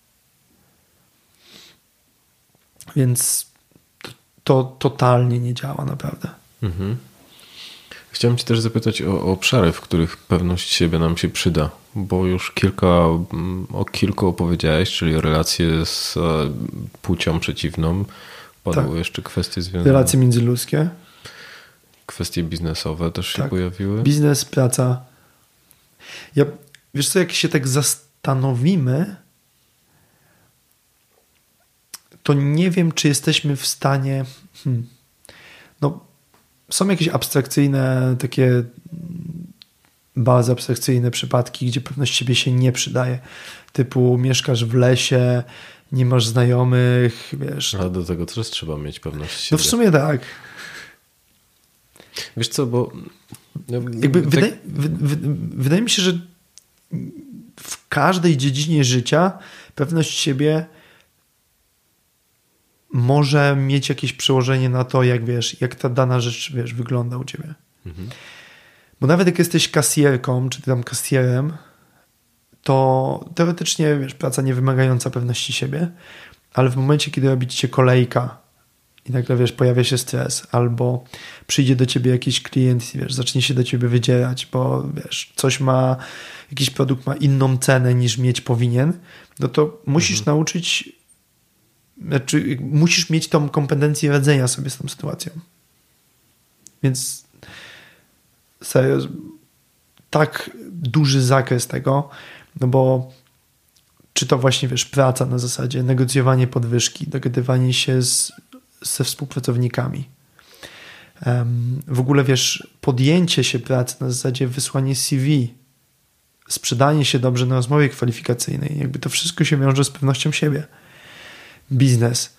Więc to totalnie nie działa naprawdę. Mhm. Chciałem cię też zapytać o obszary, w których pewność siebie nam się przyda, bo już o kilku opowiedziałeś, czyli relacje z płcią przeciwną. Padły jeszcze kwestie związane... Relacje międzyludzkie. Kwestie biznesowe też się pojawiły. Biznes, praca. Wiesz co, jak się tak zastanowimy, to nie wiem, czy jesteśmy w stanie... Są jakieś abstrakcyjne, takie bardzo abstrakcyjne przypadki, gdzie pewność siebie się nie przydaje. Typu mieszkasz w lesie, nie masz znajomych, A do tego też trzeba mieć pewność siebie. No w sumie tak. Wiesz co, bo... Wydaje mi się, że w każdej dziedzinie życia pewność siebie może mieć jakieś przełożenie na to, jak ta dana rzecz, wygląda u ciebie. Mhm. Bo nawet jak jesteś kasjerką, czy ty tam kasjerem, to teoretycznie, praca nie wymagająca pewności siebie, ale w momencie, kiedy robi ci się kolejka i nagle, pojawia się stres, albo przyjdzie do ciebie jakiś klient i, zacznie się do ciebie wydzierać, bo, jakiś produkt ma inną cenę niż mieć powinien, no to musisz nauczyć, musisz mieć tą kompetencję radzenia sobie z tą sytuacją. Więc serio, tak duży zakres tego, no bo czy to właśnie, wiesz, praca na zasadzie negocjowanie podwyżki, dogadywanie się ze współpracownikami. W ogóle, wiesz, podjęcie się pracy na zasadzie wysłanie CV, sprzedanie się dobrze na rozmowie kwalifikacyjnej. Jakby to wszystko się wiąże z pewnością siebie. Biznes.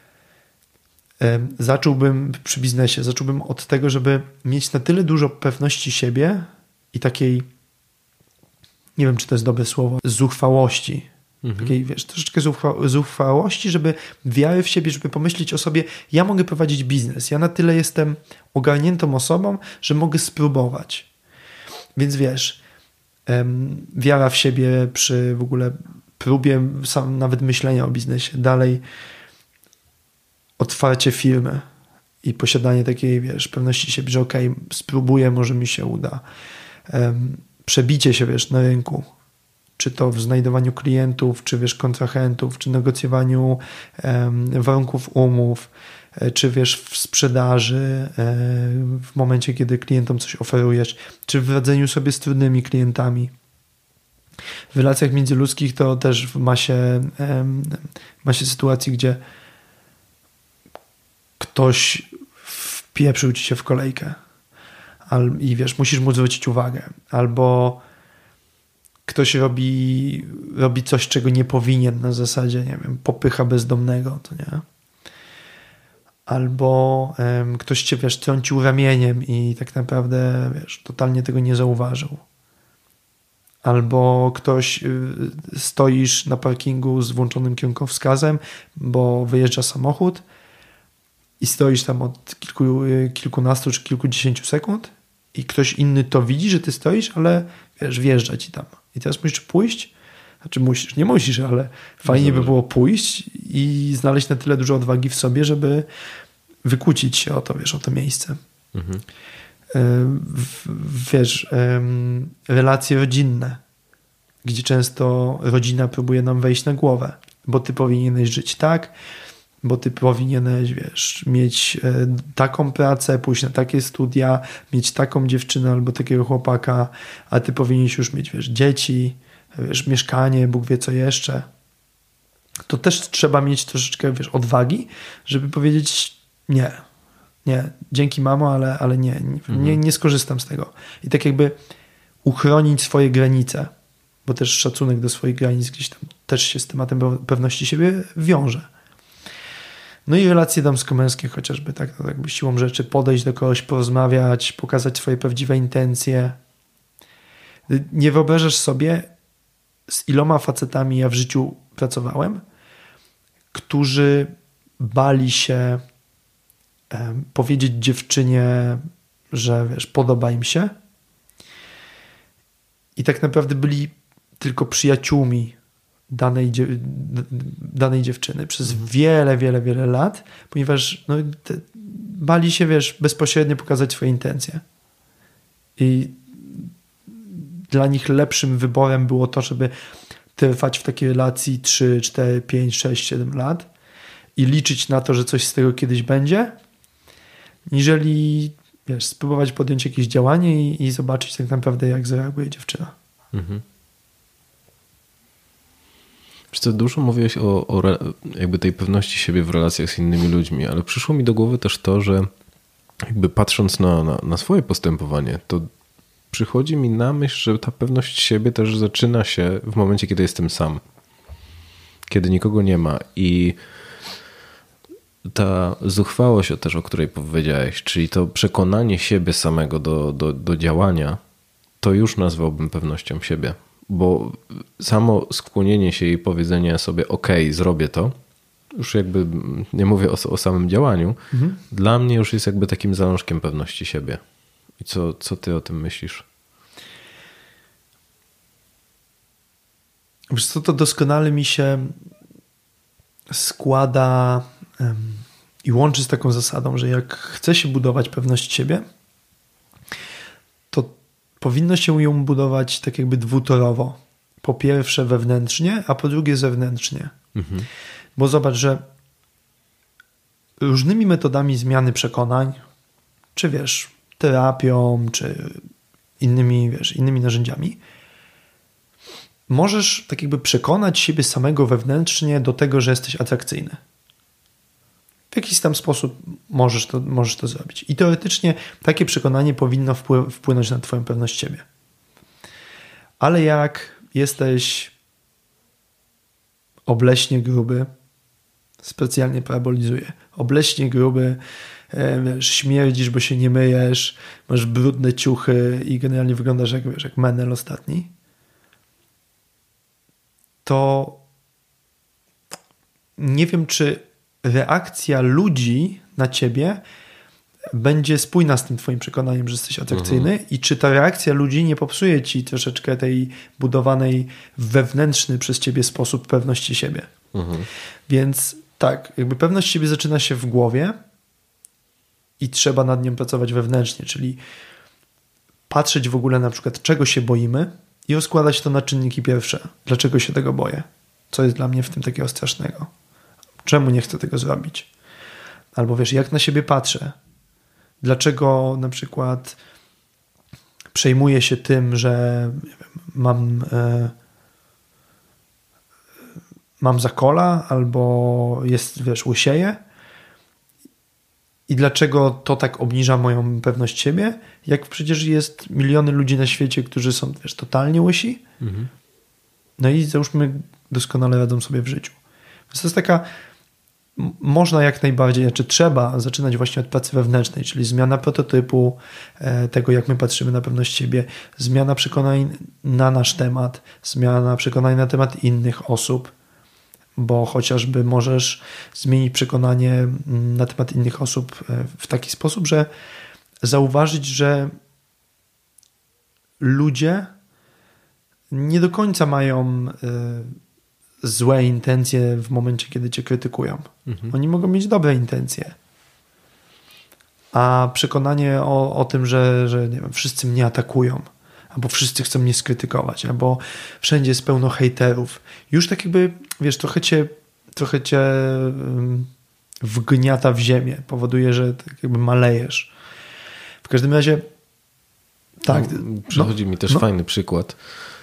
Przy biznesie zacząłbym od tego, żeby mieć na tyle dużo pewności siebie i takiej, nie wiem, czy to jest dobre słowo, zuchwałości. Takiej, wiesz, troszeczkę zuchwałości, żeby wiary w siebie, żeby pomyśleć o sobie, ja mogę prowadzić biznes, ja na tyle jestem ogarniętą osobą, że mogę spróbować. Więc wiesz, wiara w siebie przy w ogóle próbie nawet myślenia o biznesie, dalej otwarcie firmy i posiadanie takiej, wiesz, pewności siebie, że okej, spróbuję, może mi się uda. Przebicie się, wiesz, na rynku, czy to w znajdowaniu klientów, czy wiesz, kontrahentów, czy negocjowaniu warunków umów, czy wiesz, w sprzedaży, w momencie, kiedy klientom coś oferujesz, czy w radzeniu sobie z trudnymi klientami. W relacjach międzyludzkich to też w masie sytuacji, gdzie ktoś wpieprzył ci się w kolejkę i wiesz, musisz mu zwrócić uwagę, albo ktoś robi coś, czego nie powinien, na zasadzie, nie wiem, popycha bezdomnego, to nie? Albo ktoś cię, wiesz, trącił ramieniem i tak naprawdę, wiesz, totalnie tego nie zauważył. Albo stoisz na parkingu z włączonym kierunkowskazem, bo wyjeżdża samochód i stoisz tam od kilkunastu czy kilkudziesięciu sekund i ktoś inny to widzi, że ty stoisz, ale wiesz, wjeżdża ci tam. I teraz musisz pójść, znaczy musisz, nie musisz, ale fajnie by było pójść i znaleźć na tyle dużo odwagi w sobie, żeby wykłócić się o to, wiesz, o to miejsce. Mhm. Wiesz, relacje rodzinne, gdzie często rodzina próbuje nam wejść na głowę, bo ty powinieneś żyć tak, bo ty powinieneś, wiesz, mieć taką pracę, pójść na takie studia, mieć taką dziewczynę albo takiego chłopaka, a ty powinieneś już mieć, wiesz, dzieci, wiesz, mieszkanie, Bóg wie co jeszcze. To też trzeba mieć troszeczkę, wiesz, odwagi, żeby powiedzieć nie, dzięki mamo, ale nie skorzystam z tego. I tak jakby uchronić swoje granice, bo też szacunek do swoich granic gdzieś tam też się z tematem pewności siebie wiąże. No i relacje damsko-męskie chociażby, tak, no jakby siłą rzeczy podejść do kogoś, porozmawiać, pokazać swoje prawdziwe intencje. Nie wyobrażasz sobie, z iloma facetami ja w życiu pracowałem, którzy bali się powiedzieć dziewczynie, że wiesz, podoba im się i tak naprawdę byli tylko przyjaciółmi danej dziewczyny przez wiele lat, ponieważ no, bali się, wiesz, bezpośrednio pokazać swoje intencje. I dla nich lepszym wyborem było to, żeby trwać w takiej relacji 3, 4, 5, 6, 7 lat i liczyć na to, że coś z tego kiedyś będzie, niżeli, wiesz, spróbować podjąć jakieś działanie i zobaczyć tak naprawdę, jak zareaguje dziewczyna. Mhm. Wiesz co, dużo mówiłeś o jakby tej pewności siebie w relacjach z innymi ludźmi, ale przyszło mi do głowy też to, że jakby patrząc na swoje postępowanie, to przychodzi mi na myśl, że ta pewność siebie też zaczyna się w momencie, kiedy jestem sam. Kiedy nikogo nie ma i ta zuchwałość też, o której powiedziałeś, czyli to przekonanie siebie samego do działania, to już nazwałbym pewnością siebie. Bo samo skłonienie się i powiedzenie sobie okej, zrobię to, już jakby nie mówię o samym działaniu, dla mnie już jest jakby takim zalążkiem pewności siebie. I co ty o tym myślisz? Wiesz co, to doskonale mi się składa i łączy z taką zasadą, że jak chce się budować pewność siebie, to powinno się ją budować tak jakby dwutorowo. Po pierwsze wewnętrznie, a po drugie zewnętrznie. Mhm. Bo zobacz, że różnymi metodami zmiany przekonań, czy wiesz, terapią, czy innymi narzędziami, możesz tak jakby przekonać siebie samego wewnętrznie do tego, że jesteś atrakcyjny. W jakiś tam sposób możesz to zrobić. I teoretycznie takie przekonanie powinno wpłynąć na twoją pewność siebie. Ale jak jesteś obleśnie gruby, specjalnie parabolizuję, obleśnie gruby, śmierdzisz, bo się nie myjesz, masz brudne ciuchy i generalnie wyglądasz jak menel ostatni, to nie wiem, czy reakcja ludzi na ciebie będzie spójna z tym twoim przekonaniem, że jesteś atrakcyjny i czy ta reakcja ludzi nie popsuje ci troszeczkę tej budowanej wewnętrzny przez ciebie sposób pewności siebie. Więc tak, jakby pewność siebie zaczyna się w głowie i trzeba nad nią pracować wewnętrznie, czyli patrzeć w ogóle na przykład czego się boimy i rozkładać to na czynniki pierwsze. Dlaczego się tego boję? Co jest dla mnie w tym takiego strasznego? Czemu nie chcę tego zrobić? Albo wiesz, jak na siebie patrzę? Dlaczego na przykład przejmuję się tym, że nie wiem, mam zakola albo łysieję? I dlaczego to tak obniża moją pewność siebie? Jak przecież jest miliony ludzi na świecie, którzy są totalnie łysi? No i załóżmy doskonale radzą sobie w życiu. Więc to jest taka... Można jak najbardziej, trzeba zaczynać właśnie od pracy wewnętrznej, czyli zmiana prototypu tego, jak my patrzymy na pewność siebie, zmiana przekonań na nasz temat, zmiana przekonań na temat innych osób, bo chociażby możesz zmienić przekonanie na temat innych osób w taki sposób, że zauważyć, że ludzie nie do końca mają złe intencje w momencie, kiedy cię krytykują. Oni mogą mieć dobre intencje. A przekonanie o tym, że nie wiem, wszyscy mnie atakują, albo wszyscy chcą mnie skrytykować, albo wszędzie jest pełno hejterów. Już tak jakby, wiesz, trochę cię wgniata w ziemię. Powoduje, że tak jakby malejesz. W każdym razie tak. Przychodzi mi też fajny przykład.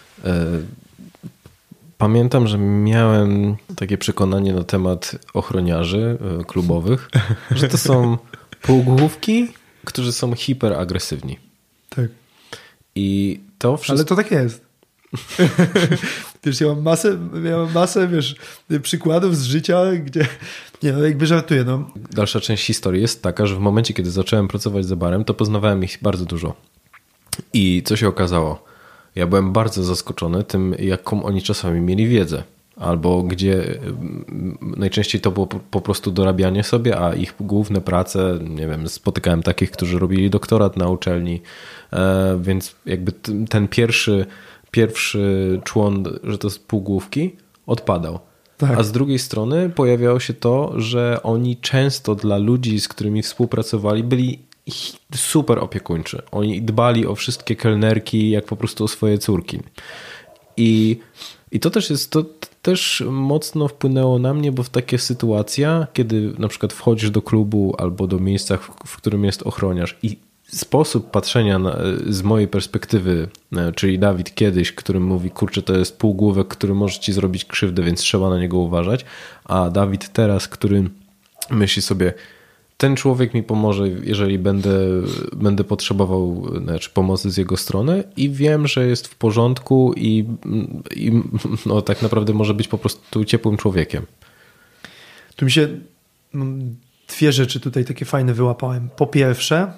Pamiętam, że miałem takie przekonanie na temat ochroniarzy klubowych, że to są półgłówki, którzy są hiperagresywni. Tak. I to wszystko... Ale to tak jest. Wiesz, ja mam masę przykładów z życia, gdzie... Nie, no jakby żartuję. No. Dalsza część historii jest taka, że w momencie, kiedy zacząłem pracować za barem, to poznawałem ich bardzo dużo. I co się okazało? Ja byłem bardzo zaskoczony tym, jaką oni czasami mieli wiedzę. Albo gdzie najczęściej to było po prostu dorabianie sobie, a ich główne prace, nie wiem, spotykałem takich, którzy robili doktorat na uczelni, więc jakby ten pierwszy człon, że to jest półgłówki, odpadał. Tak. A z drugiej strony pojawiało się to, że oni często dla ludzi, z którymi współpracowali, byli super opiekuńczy. Oni dbali o wszystkie kelnerki jak po prostu o swoje córki. I to też mocno wpłynęło na mnie, bo w takie sytuacja, kiedy na przykład wchodzisz do klubu albo do miejsca, w którym jest ochroniarz i sposób patrzenia z mojej perspektywy, czyli Dawid kiedyś, który mówi, kurczę, to jest półgłówek, który może ci zrobić krzywdę, więc trzeba na niego uważać, a Dawid teraz, który myśli sobie, ten człowiek mi pomoże, jeżeli będę potrzebował pomocy z jego strony i wiem, że jest w porządku i no, tak naprawdę może być po prostu ciepłym człowiekiem. Tu mi się dwie rzeczy tutaj takie fajne wyłapałem. Po pierwsze,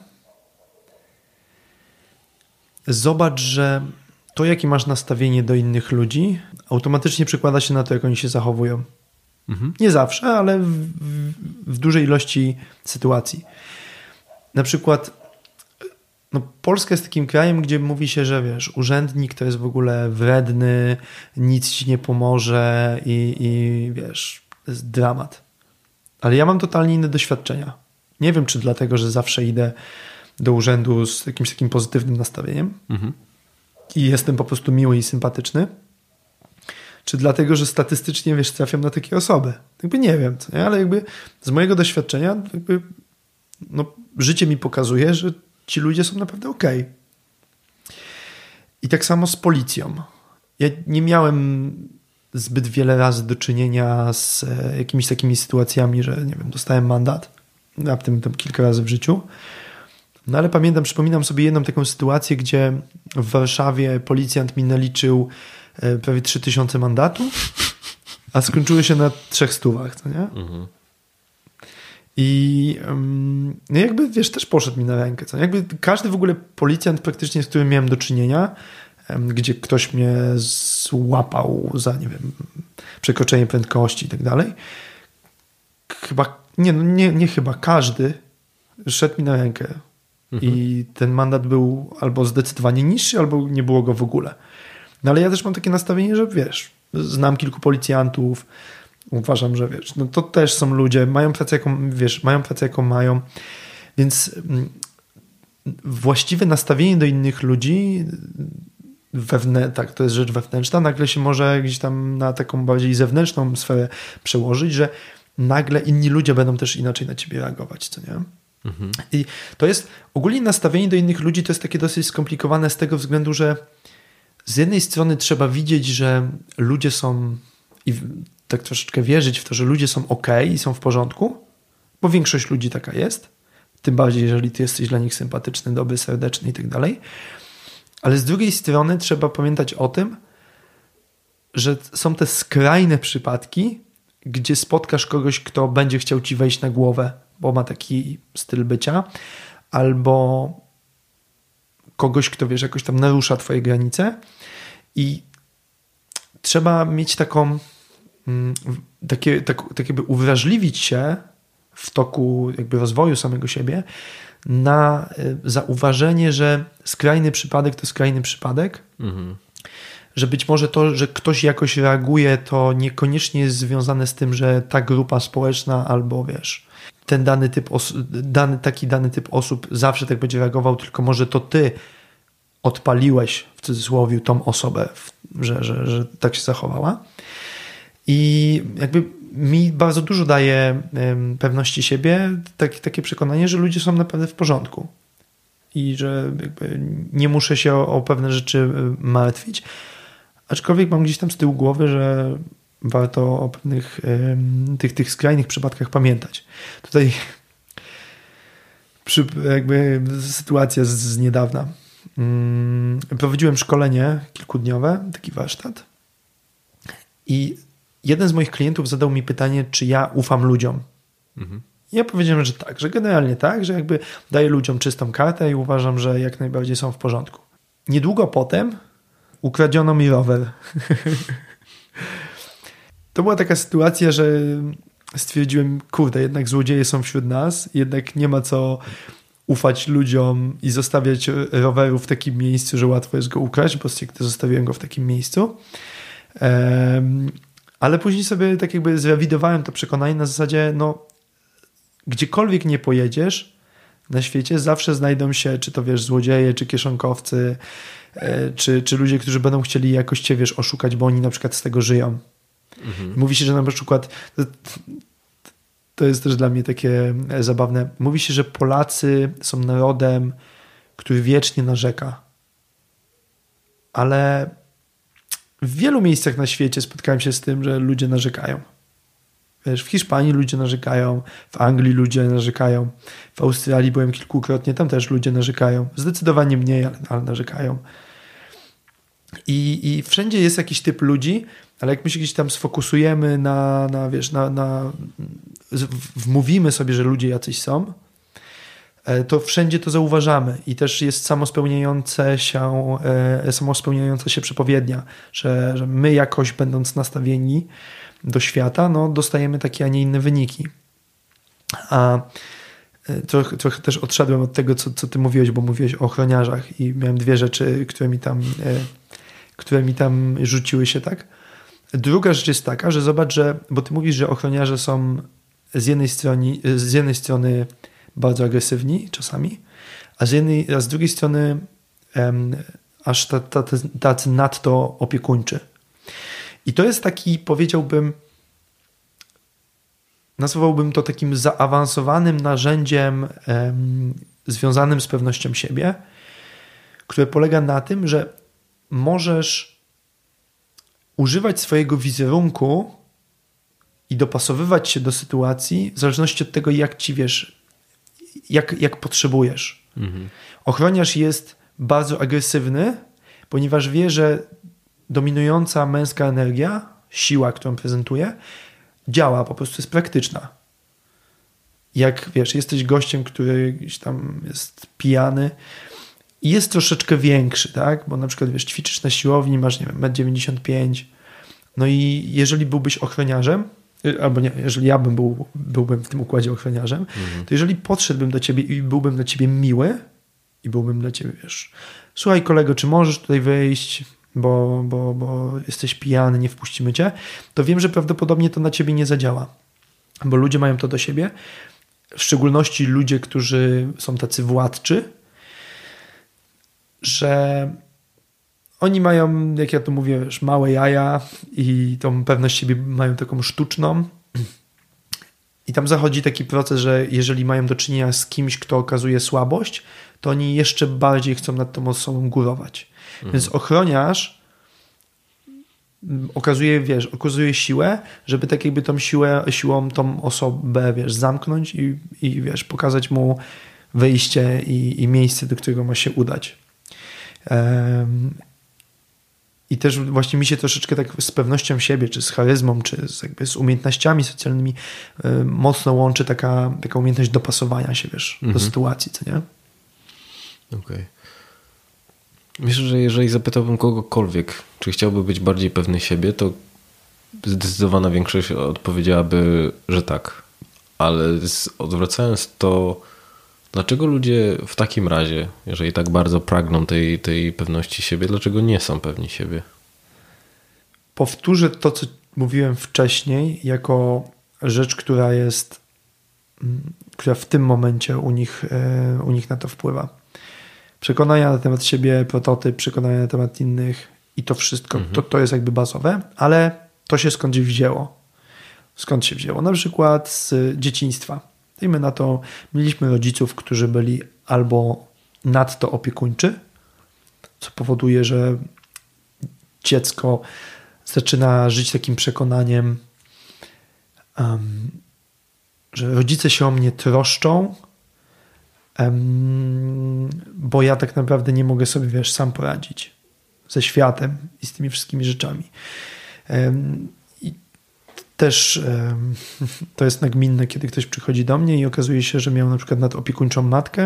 zobacz, że to, jakie masz nastawienie do innych ludzi, automatycznie przekłada się na to, jak oni się zachowują. Nie zawsze, ale w dużej ilości sytuacji. Na przykład Polska jest takim krajem, gdzie mówi się, że wiesz, urzędnik to jest w ogóle wredny, nic ci nie pomoże i wiesz, to jest dramat. Ale ja mam totalnie inne doświadczenia. Nie wiem, czy dlatego, że zawsze idę do urzędu z jakimś takim pozytywnym nastawieniem i jestem po prostu miły i sympatyczny, czy dlatego, że statystycznie, wiesz, trafiam na takie osoby. Jakby nie wiem, co nie? Ale jakby z mojego doświadczenia jakby, życie mi pokazuje, że ci ludzie są naprawdę okej. I tak samo z policją. Ja nie miałem zbyt wiele razy do czynienia z jakimiś takimi sytuacjami, że nie wiem, dostałem mandat. Raptem tam kilka razy w życiu. No ale przypominam sobie jedną taką sytuację, gdzie w Warszawie policjant mi naliczył prawie 3000 mandatu, a skończyły się na 300, co nie? Mhm. I no jakby, wiesz, też poszedł mi na rękę. Co? Jakby każdy w ogóle policjant praktycznie, z którym miałem do czynienia, gdzie ktoś mnie złapał za, nie wiem, przekroczenie prędkości i tak dalej, chyba każdy szedł mi na rękę. I ten mandat był albo zdecydowanie niższy, albo nie było go w ogóle. No ale ja też mam takie nastawienie, że wiesz, znam kilku policjantów, uważam, że wiesz, no to też są ludzie, mają pracę jaką mają, więc właściwe nastawienie do innych ludzi, tak, to jest rzecz wewnętrzna, nagle się może gdzieś tam na taką bardziej zewnętrzną sferę przełożyć, że nagle inni ludzie będą też inaczej na ciebie reagować, co nie? Mhm. I to jest ogólnie nastawienie do innych ludzi, to jest takie dosyć skomplikowane z tego względu, że z jednej strony trzeba widzieć, że ludzie są i tak troszeczkę wierzyć w to, że ludzie są okej i są w porządku, bo większość ludzi taka jest, tym bardziej jeżeli ty jesteś dla nich sympatyczny, dobry, serdeczny i tak dalej. Ale z drugiej strony trzeba pamiętać o tym, że są te skrajne przypadki, gdzie spotkasz kogoś, kto będzie chciał ci wejść na głowę, bo ma taki styl bycia, albo kogoś, kto wiesz, jakoś tam narusza twoje granice i trzeba mieć tak jakby uwrażliwić się w toku jakby rozwoju samego siebie na zauważenie, że skrajny przypadek to skrajny przypadek, że być może to, że ktoś jakoś reaguje, to niekoniecznie jest związane z tym, że ta grupa społeczna albo wiesz, ten dany typ osób zawsze tak będzie reagował, tylko może to ty odpaliłeś w cudzysłowie tą osobę, że tak się zachowała. I jakby mi bardzo dużo daje pewności siebie takie przekonanie, że ludzie są naprawdę w porządku i że jakby nie muszę się o pewne rzeczy martwić. Aczkolwiek mam gdzieś tam z tyłu głowy, że warto o pewnych tych skrajnych przypadkach pamiętać. Tutaj jakby sytuacja z niedawna. Prowadziłem szkolenie kilkudniowe, taki warsztat i jeden z moich klientów zadał mi pytanie, czy ja ufam ludziom. Mhm. Ja powiedziałem, że tak, że generalnie tak, że jakby daję ludziom czystą kartę i uważam, że jak najbardziej są w porządku. Niedługo potem ukradziono mi rower. To była taka sytuacja, że stwierdziłem, kurde, jednak złodzieje są wśród nas, jednak nie ma co ufać ludziom i zostawiać roweru w takim miejscu, że łatwo jest go ukraść, bo zostawiłem go w takim miejscu. Ale później sobie tak jakby zrewidowałem to przekonanie na zasadzie, no gdziekolwiek nie pojedziesz na świecie, zawsze znajdą się, czy to wiesz, złodzieje, czy kieszonkowcy, czy ludzie, którzy będą chcieli jakoś cię, wiesz, oszukać, bo oni na przykład z tego żyją. Mhm. Mówi się, że na przykład to jest też dla mnie takie zabawne. Mówi się, że Polacy są narodem, który wiecznie narzeka. Ale w wielu miejscach na świecie spotkałem się z tym, że ludzie narzekają. Wiesz, w Hiszpanii ludzie narzekają, w Anglii ludzie narzekają, w Australii byłem kilkukrotnie, tam też ludzie narzekają. Zdecydowanie mniej, ale narzekają. I wszędzie jest jakiś typ ludzi, ale jak my się gdzieś tam sfokusujemy wmówimy sobie, że ludzie jacyś są, to wszędzie to zauważamy i też jest samospełniająca się przepowiednia, że my jakoś będąc nastawieni do świata, no dostajemy takie, a nie inne wyniki. A trochę też odszedłem od tego, co ty mówiłeś, bo mówiłeś o ochroniarzach i miałem dwie rzeczy, które mi tam rzuciły się, tak? Druga rzecz jest taka, że zobacz, bo ty mówisz, że ochroniarze są z jednej strony bardzo agresywni czasami, a z drugiej strony aż tacy nadto opiekuńczy. I to jest taki, nazwałbym to takim zaawansowanym narzędziem związanym z pewnością siebie, które polega na tym, że możesz używać swojego wizerunku i dopasowywać się do sytuacji w zależności od tego, jak ci wiesz, jak potrzebujesz. Ochroniarz jest bardzo agresywny, ponieważ wie, że dominująca męska energia, siła, którą prezentuje, działa, po prostu jest praktyczna. Jak wiesz, jesteś gościem, który gdzieś tam jest pijany i jest troszeczkę większy, tak? Bo na przykład wiesz, ćwiczysz na siłowni, masz nie wiem, 1,95 m. No i jeżeli byłbyś ochroniarzem, albo nie, jeżeli ja byłbym w tym układzie ochroniarzem, to jeżeli podszedłbym do ciebie i byłbym dla ciebie miły i byłbym dla ciebie, wiesz, słuchaj kolego, czy możesz tutaj wyjść, bo jesteś pijany, nie wpuścimy cię, to wiem, że prawdopodobnie to na ciebie nie zadziała. Bo ludzie mają to do siebie, w szczególności ludzie, którzy są tacy władczy, że oni mają, jak ja to mówię, wiesz, małe jaja i tą pewność siebie mają taką sztuczną. I tam zachodzi taki proces, że jeżeli mają do czynienia z kimś, kto okazuje słabość, to oni jeszcze bardziej chcą nad tą osobą górować. Więc ochroniarz okazuje siłę, żeby tak jakby tą siłą tą osobę, wiesz, zamknąć i wiesz, pokazać mu wyjście i miejsce, do którego ma się udać. I też właśnie mi się troszeczkę tak z pewnością siebie, czy z charyzmą, czy z umiejętnościami socjalnymi mocno łączy taka umiejętność dopasowania się, wiesz, do sytuacji, co nie? Okej. Myślę, że jeżeli zapytałbym kogokolwiek, czy chciałby być bardziej pewny siebie, to zdecydowana większość odpowiedziałaby, że tak. Ale odwracając to, dlaczego ludzie w takim razie, jeżeli tak bardzo pragną tej pewności siebie, dlaczego nie są pewni siebie? Powtórzę to, co mówiłem wcześniej, jako rzecz, która w tym momencie u nich na to wpływa. Przekonania na temat siebie, prototyp, przekonania na temat innych i to wszystko, to jest jakby bazowe, ale to się skądś wzięło. Skąd się wzięło? Na przykład z dzieciństwa. Dajmy na to, mieliśmy rodziców, którzy byli albo nadto opiekuńczy, co powoduje, że dziecko zaczyna żyć takim przekonaniem, że rodzice się o mnie troszczą, bo ja tak naprawdę nie mogę sobie, wiesz, sam poradzić ze światem i z tymi wszystkimi rzeczami. I też to jest nagminne, kiedy ktoś przychodzi do mnie i okazuje się, że miał na przykład nadopiekuńczą matkę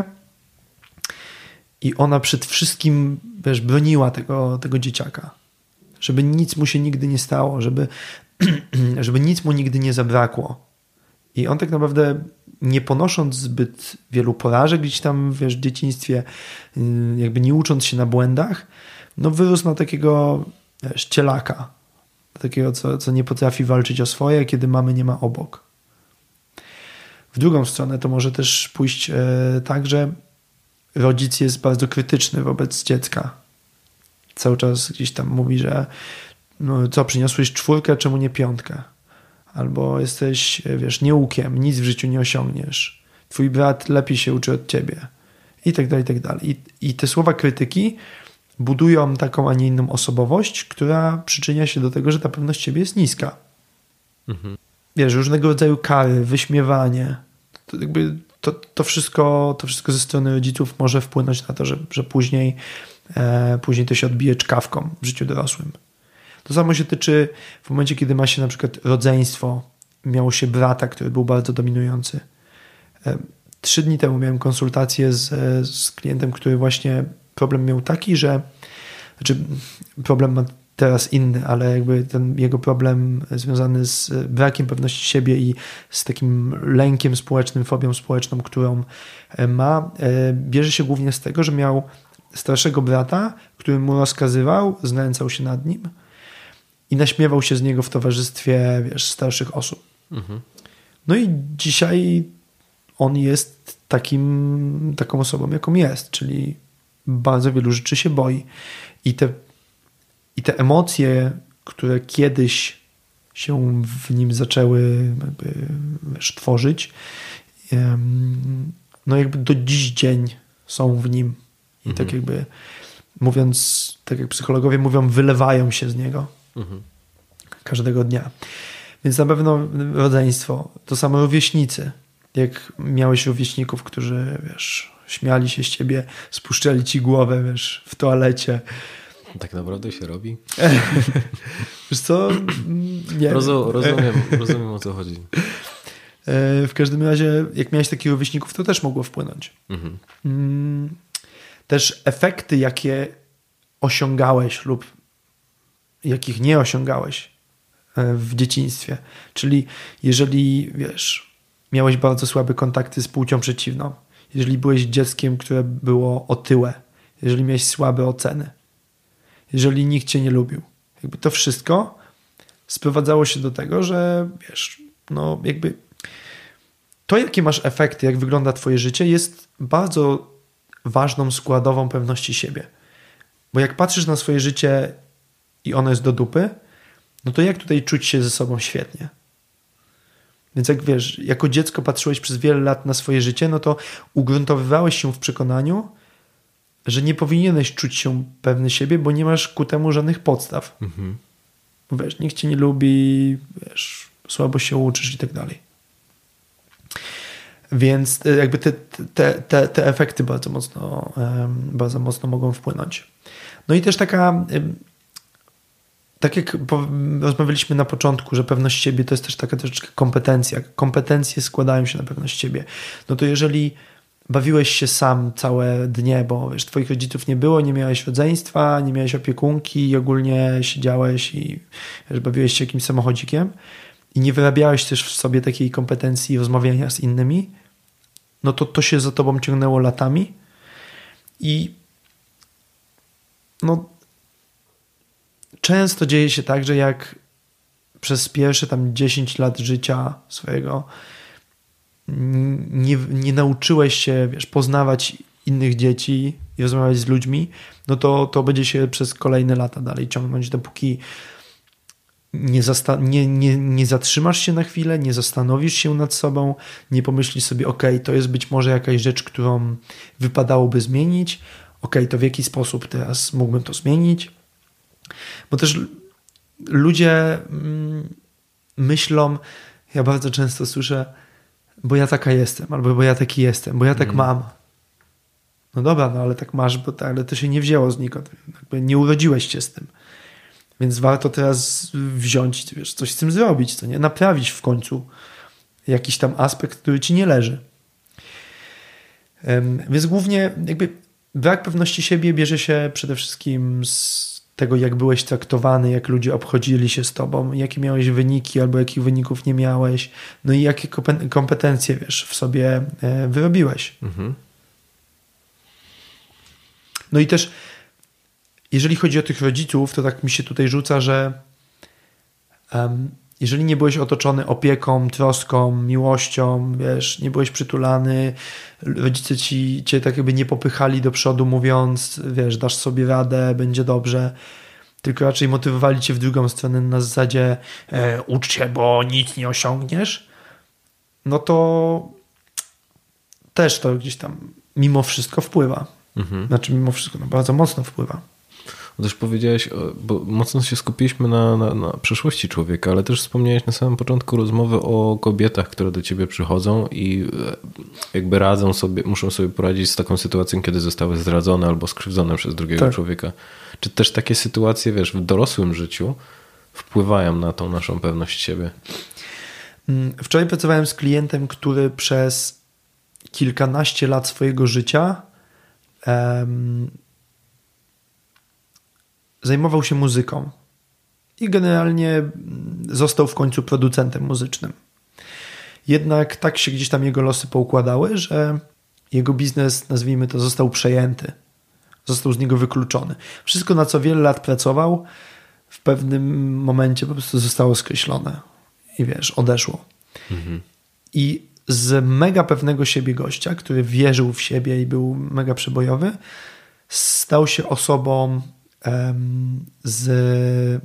i ona przed wszystkim, wiesz, broniła tego dzieciaka, żeby nic mu się nigdy nie stało, żeby nic mu nigdy nie zabrakło. I on tak naprawdę, nie ponosząc zbyt wielu porażek gdzieś tam, wiesz, w dzieciństwie, jakby nie ucząc się na błędach, no wyrósł na takiego, wiesz, cielaka. Takiego, co nie potrafi walczyć o swoje, kiedy mamy nie ma obok. W drugą stronę to może też pójść tak, że rodzic jest bardzo krytyczny wobec dziecka. Cały czas gdzieś tam mówi, że no co, przyniosłeś 4, czemu nie 5? Albo jesteś, wiesz, nieukiem, nic w życiu nie osiągniesz. Twój brat lepiej się uczy od ciebie. I tak dalej, i tak dalej. I te słowa krytyki budują taką, a nie inną osobowość, która przyczynia się do tego, że ta pewność siebie jest niska. Wiesz, różnego rodzaju kary, wyśmiewanie. To jakby to wszystko ze strony rodziców może wpłynąć na to, że później to się odbije czkawką w życiu dorosłym. To samo się tyczy w momencie, kiedy ma się na przykład rodzeństwo. Miało się brata, który był bardzo dominujący. 3 dni temu miałem konsultację z klientem, który właśnie problem miał taki, że problem ma teraz inny, ale jakby ten jego problem związany z brakiem pewności siebie i z takim lękiem społecznym, fobią społeczną, którą ma, bierze się głównie z tego, że miał starszego brata, który mu rozkazywał, znęcał się nad nim i naśmiewał się z niego w towarzystwie, wiesz, starszych osób. No i dzisiaj on jest taką osobą, jaką jest, czyli bardzo wielu rzeczy się boi. I te emocje, które kiedyś się w nim zaczęły jakby, wiesz, tworzyć, no jakby do dziś dzień są w nim. I tak jakby mówiąc, tak jak psychologowie mówią, wylewają się z niego. każdego dnia. Więc na pewno rodzeństwo, to samo rówieśnicy. Jak miałeś rówieśników, którzy, wiesz, śmiali się z ciebie, spuszczali ci głowę, wiesz, w toalecie. Tak naprawdę się robi? Wiesz co? Nie rozumiem, o co chodzi. W każdym razie, jak miałeś takich rówieśników, to też mogło wpłynąć. Też efekty, jakie osiągałeś lub jakich nie osiągałeś w dzieciństwie. Czyli jeżeli, wiesz, miałeś bardzo słabe kontakty z płcią przeciwną, jeżeli byłeś dzieckiem, które było otyłe, jeżeli miałeś słabe oceny, jeżeli nikt cię nie lubił. Jakby to wszystko sprowadzało się do tego, że wiesz, no jakby to, jakie masz efekty, jak wygląda twoje życie, jest bardzo ważną składową pewności siebie. Bo jak patrzysz na swoje życie i ono jest do dupy, no to jak tutaj czuć się ze sobą świetnie? Więc jak wiesz, jako dziecko patrzyłeś przez wiele lat na swoje życie, no to ugruntowywałeś się w przekonaniu, że nie powinieneś czuć się pewny siebie, bo nie masz ku temu żadnych podstaw. Bo wiesz, nikt cię nie lubi, wiesz, słabo się uczysz i tak dalej. Więc jakby te efekty bardzo mocno mogą wpłynąć. No i też tak jak rozmawialiśmy na początku, że pewność siebie to jest też taka troszeczkę kompetencja. Kompetencje składają się na pewność siebie. No to jeżeli bawiłeś się sam całe dnie, bo wiesz, twoich rodziców nie było, nie miałeś rodzeństwa, nie miałeś opiekunki i ogólnie siedziałeś i wiesz, bawiłeś się jakimś samochodzikiem i nie wyrabiałeś też w sobie takiej kompetencji rozmawiania z innymi, no to się za tobą ciągnęło latami i no często dzieje się tak, że jak przez pierwsze tam 10 lat życia swojego nie nauczyłeś się, wiesz, poznawać innych dzieci i rozmawiać z ludźmi, no to będzie się przez kolejne lata dalej ciągnąć, dopóki nie zatrzymasz się na chwilę, nie zastanowisz się nad sobą, nie pomyślisz sobie, okej, to jest być może jakaś rzecz, którą wypadałoby zmienić, okej, to w jaki sposób teraz mógłbym to zmienić. Bo też ludzie myślą, ja bardzo często słyszę, bo ja taka jestem, albo bo ja taki jestem, bo ja tak mam. No dobra, no ale tak masz, ale to się nie wzięło znikąd. Jakby nie urodziłeś się z tym. Więc warto teraz wziąć, wiesz, coś z tym zrobić, co nie? Naprawić w końcu jakiś tam aspekt, który ci nie leży. Więc głównie jakby brak pewności siebie bierze się przede wszystkim z tego, jak byłeś traktowany, jak ludzie obchodzili się z tobą, jakie miałeś wyniki albo jakich wyników nie miałeś, no i jakie kompetencje, wiesz, w sobie wyrobiłeś. No i też jeżeli chodzi o tych rodziców, to tak mi się tutaj rzuca, że jeżeli nie byłeś otoczony opieką, troską, miłością, wiesz, nie byłeś przytulany, rodzice cię tak jakby nie popychali do przodu, mówiąc, wiesz, dasz sobie radę, będzie dobrze, tylko raczej motywowali cię w drugą stronę na zasadzie ucz się, bo nic nie osiągniesz, no to też to gdzieś tam mimo wszystko wpływa. Znaczy mimo wszystko, no bardzo mocno wpływa. Też powiedziałeś, bo mocno się skupiliśmy na przeszłości człowieka, ale też wspomniałeś na samym początku rozmowy o kobietach, które do ciebie przychodzą i jakby muszą sobie poradzić z taką sytuacją, kiedy zostały zdradzone albo skrzywdzone przez drugiego człowieka. Czy też takie sytuacje, wiesz, w dorosłym życiu wpływają na tą naszą pewność siebie? Wczoraj pracowałem z klientem, który przez kilkanaście lat swojego życia zajmował się muzyką i generalnie został w końcu producentem muzycznym. Jednak tak się gdzieś tam jego losy poukładały, że jego biznes, nazwijmy to, został przejęty. Został z niego wykluczony. Wszystko, na co wiele lat pracował, w pewnym momencie po prostu zostało skreślone i wiesz, odeszło. I z mega pewnego siebie gościa, który wierzył w siebie i był mega przebojowy, stał się osobą z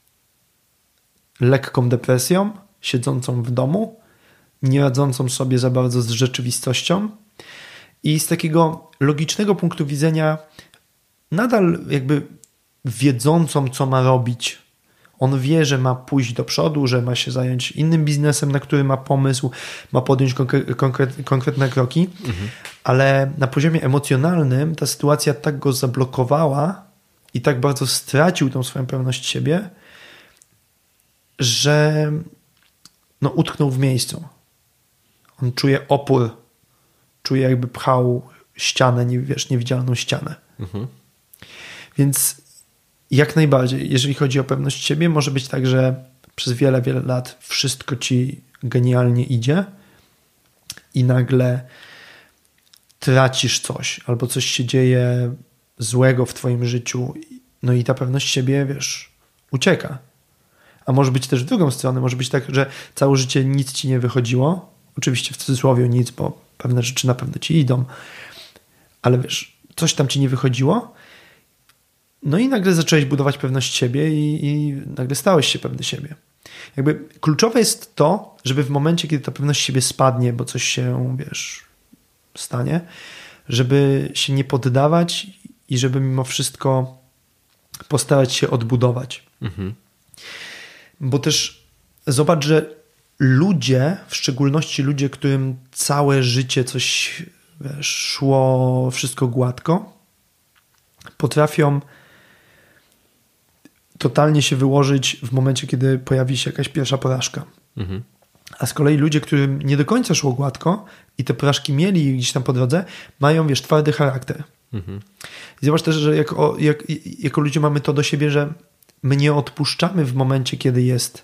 lekką depresją, siedzącą w domu, nie radzącą sobie za bardzo z rzeczywistością i z takiego logicznego punktu widzenia nadal jakby wiedzącą, co ma robić. On wie, że ma pójść do przodu, że ma się zająć innym biznesem, na który ma pomysł, ma podjąć konkretne kroki, ale na poziomie emocjonalnym ta sytuacja tak go zablokowała i tak bardzo stracił tą swoją pewność siebie, że utknął w miejscu. On czuje opór, czuje jakby pchał ścianę, niewidzialną ścianę. Więc jak najbardziej, jeżeli chodzi o pewność siebie, może być tak, że przez wiele, wiele lat wszystko ci genialnie idzie i nagle tracisz coś, albo coś się dzieje złego w twoim życiu, i ta pewność siebie, ucieka. A może być też w drugą stronę, może być tak, że całe życie nic ci nie wychodziło, oczywiście w cudzysłowie nic, bo pewne rzeczy na pewno ci idą, ale coś tam ci nie wychodziło, i nagle zacząłeś budować pewność siebie i nagle stałeś się pewny siebie. Jakby kluczowe jest to, żeby w momencie, kiedy ta pewność siebie spadnie, bo coś się, stanie, żeby się nie poddawać i żeby mimo wszystko postarać się odbudować. Bo też zobacz, że ludzie, w szczególności ludzie, którym całe życie coś szło wszystko gładko, potrafią totalnie się wyłożyć w momencie, kiedy pojawi się jakaś pierwsza porażka. A z kolei ludzie, którym nie do końca szło gładko i te porażki mieli gdzieś tam po drodze, mają, twardy charakter. I zobacz też, że jako ludzie mamy to do siebie, że my nie odpuszczamy w momencie, kiedy jest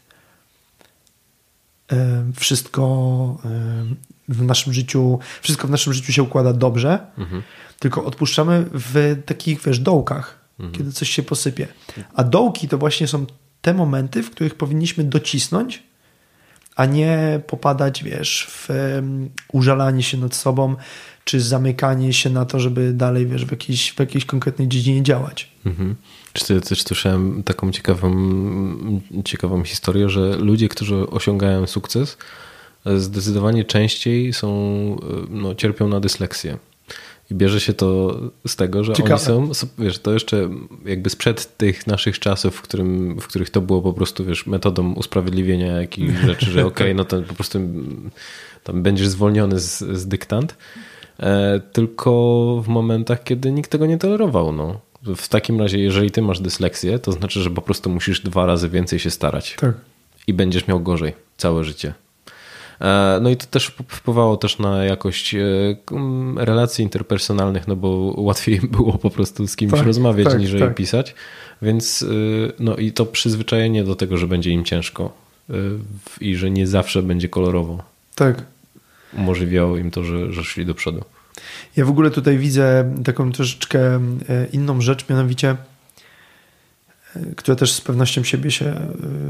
wszystko w naszym życiu się układa dobrze, tylko odpuszczamy w takich, dołkach, kiedy coś się posypie. A dołki to właśnie są te momenty, w których powinniśmy docisnąć, a nie popadać, w użalanie się nad sobą, czy zamykanie się na to, żeby dalej, w jakiejś konkretnej dziedzinie działać. Czy też słyszałem taką ciekawą historię, że ludzie, którzy osiągają sukces, zdecydowanie częściej cierpią na dysleksję. I bierze się to z tego, że Ciekawe. oni są, to jeszcze jakby sprzed tych naszych czasów, w których to było po prostu, metodą usprawiedliwienia jakichś rzeczy, że okej, to po prostu tam będziesz zwolniony z dyktant, tylko w momentach, kiedy nikt tego nie tolerował. W takim razie, jeżeli ty masz dysleksję, to znaczy, że po prostu musisz 2 razy więcej się starać. Tak. I będziesz miał gorzej całe życie. I to też wpływało też na jakość relacji interpersonalnych, bo łatwiej było po prostu z kimś rozmawiać niż pisać. Więc i to przyzwyczajenie do tego, że będzie im ciężko i że nie zawsze będzie kolorowo. Tak. Umożliwiało im to, że szli do przodu. Ja w ogóle tutaj widzę taką troszeczkę inną rzecz, mianowicie, która też z pewnością siebie się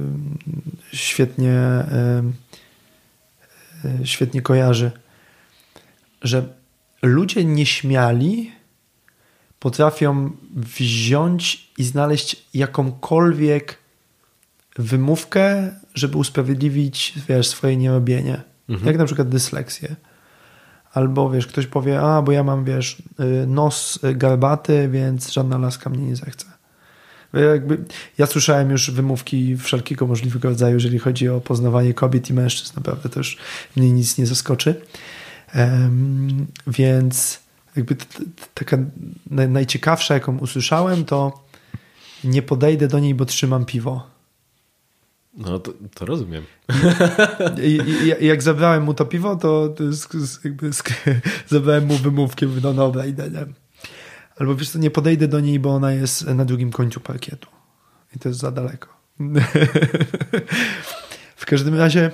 świetnie kojarzy, że ludzie nieśmiali potrafią wziąć i znaleźć jakąkolwiek wymówkę, żeby usprawiedliwić, swoje nierobienie. Jak na przykład dysleksję. Albo, ktoś powie, bo ja mam, nos garbaty, więc żadna laska mnie nie zechce. Ja słyszałem już wymówki wszelkiego możliwego rodzaju, jeżeli chodzi o poznawanie kobiet i mężczyzn. Naprawdę to już mnie nic nie zaskoczy. Więc taka najciekawsza, jaką usłyszałem, to nie podejdę do niej, bo trzymam piwo. To rozumiem. I jak zabrałem mu to piwo, to zabrałem mu wymówkę, dobra, idę. Albo nie podejdę do niej, bo ona jest na drugim końcu parkietu. I to jest za daleko. W każdym razie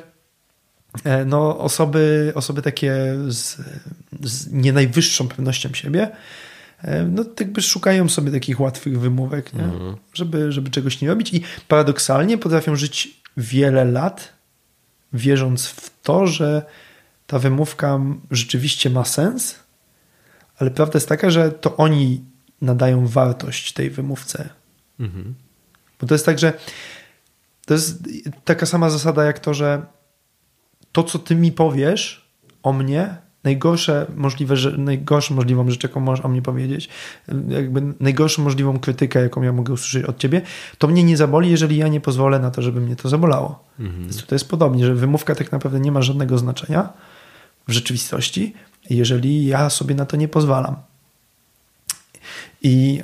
osoby takie z nie najwyższą pewnością siebie szukają sobie takich łatwych wymówek, nie? Żeby czegoś nie robić i paradoksalnie potrafią żyć wiele lat, wierząc w to, że ta wymówka rzeczywiście ma sens, ale prawda jest taka, że to oni nadają wartość tej wymówce. Bo to jest tak, że to jest taka sama zasada jak to, że to, co ty mi powiesz o mnie, najgorszą możliwą rzecz, jaką możesz o mnie powiedzieć, jakby najgorszą możliwą krytykę, jaką ja mogę usłyszeć od ciebie, to mnie nie zaboli, jeżeli ja nie pozwolę na to, żeby mnie to zabolało. Więc tutaj jest podobnie, że wymówka tak naprawdę nie ma żadnego znaczenia w rzeczywistości, jeżeli ja sobie na to nie pozwalam. I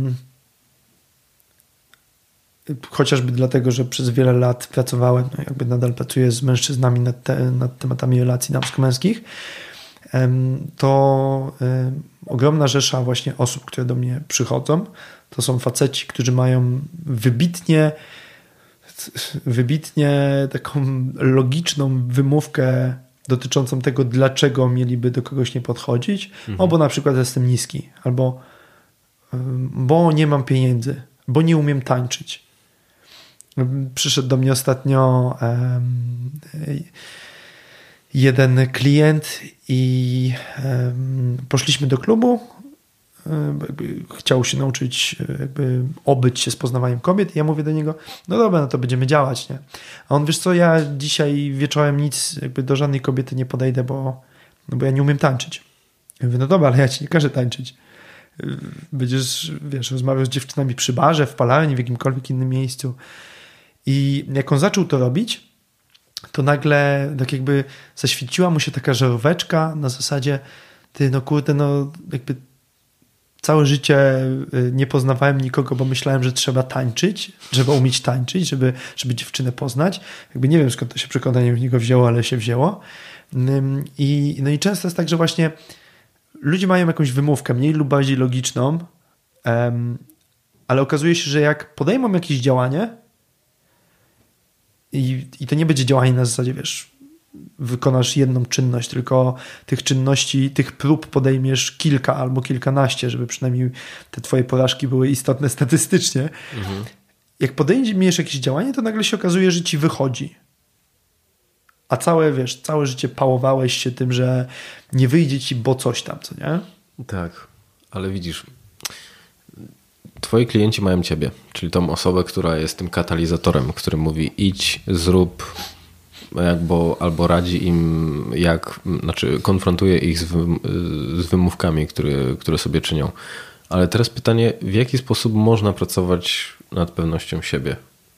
chociażby dlatego, że przez wiele lat pracowałem, no jakby nadal pracuję z mężczyznami nad tematami relacji damsko-męskich, to ogromna rzesza właśnie osób, które do mnie przychodzą, to są faceci, którzy mają wybitnie taką logiczną wymówkę dotyczącą tego, dlaczego mieliby do kogoś nie podchodzić, bo na przykład jestem niski, albo bo nie mam pieniędzy, bo nie umiem tańczyć. Przyszedł do mnie ostatnio jeden klient i poszliśmy do klubu. Chciał się nauczyć jakby obyć się z poznawaniem kobiet i ja mówię do niego, no dobra, no to będziemy działać, nie? A on, wiesz co, ja dzisiaj wieczorem nic jakby do żadnej kobiety nie podejdę, bo ja nie umiem tańczyć. Ja mówię, no dobra, ale ja ci nie każę tańczyć. Będziesz, wiesz, rozmawiał z dziewczynami przy barze, w palarni, w jakimkolwiek innym miejscu. I jak on zaczął to robić, to nagle tak jakby zaświeciła mu się taka żaróweczka na zasadzie, ty no kurde, no jakby całe życie nie poznawałem nikogo, bo myślałem, że trzeba tańczyć, trzeba umieć tańczyć, żeby dziewczynę poznać. Jakby nie wiem, skąd to się przekonanie w niego wzięło, ale się wzięło. I często jest tak, że właśnie ludzie mają jakąś wymówkę, mniej lub bardziej logiczną, ale okazuje się, że jak podejmą jakieś działanie i to nie będzie działanie na zasadzie, wiesz, wykonasz jedną czynność, tylko tych czynności, tych prób podejmiesz kilka albo kilkanaście, żeby przynajmniej te twoje porażki były istotne statystycznie. Jak podejmiesz jakieś działanie, to nagle się okazuje, że ci wychodzi. A całe życie pałowałeś się tym, że nie wyjdzie ci, bo coś tam, co nie? Tak, ale widzisz, twoi klienci mają ciebie, czyli tą osobę, która jest tym katalizatorem, który mówi idź, zrób, albo radzi im, konfrontuje ich z wymówkami, które sobie czynią. Ale teraz pytanie, w jaki sposób można pracować nad pewnością siebie?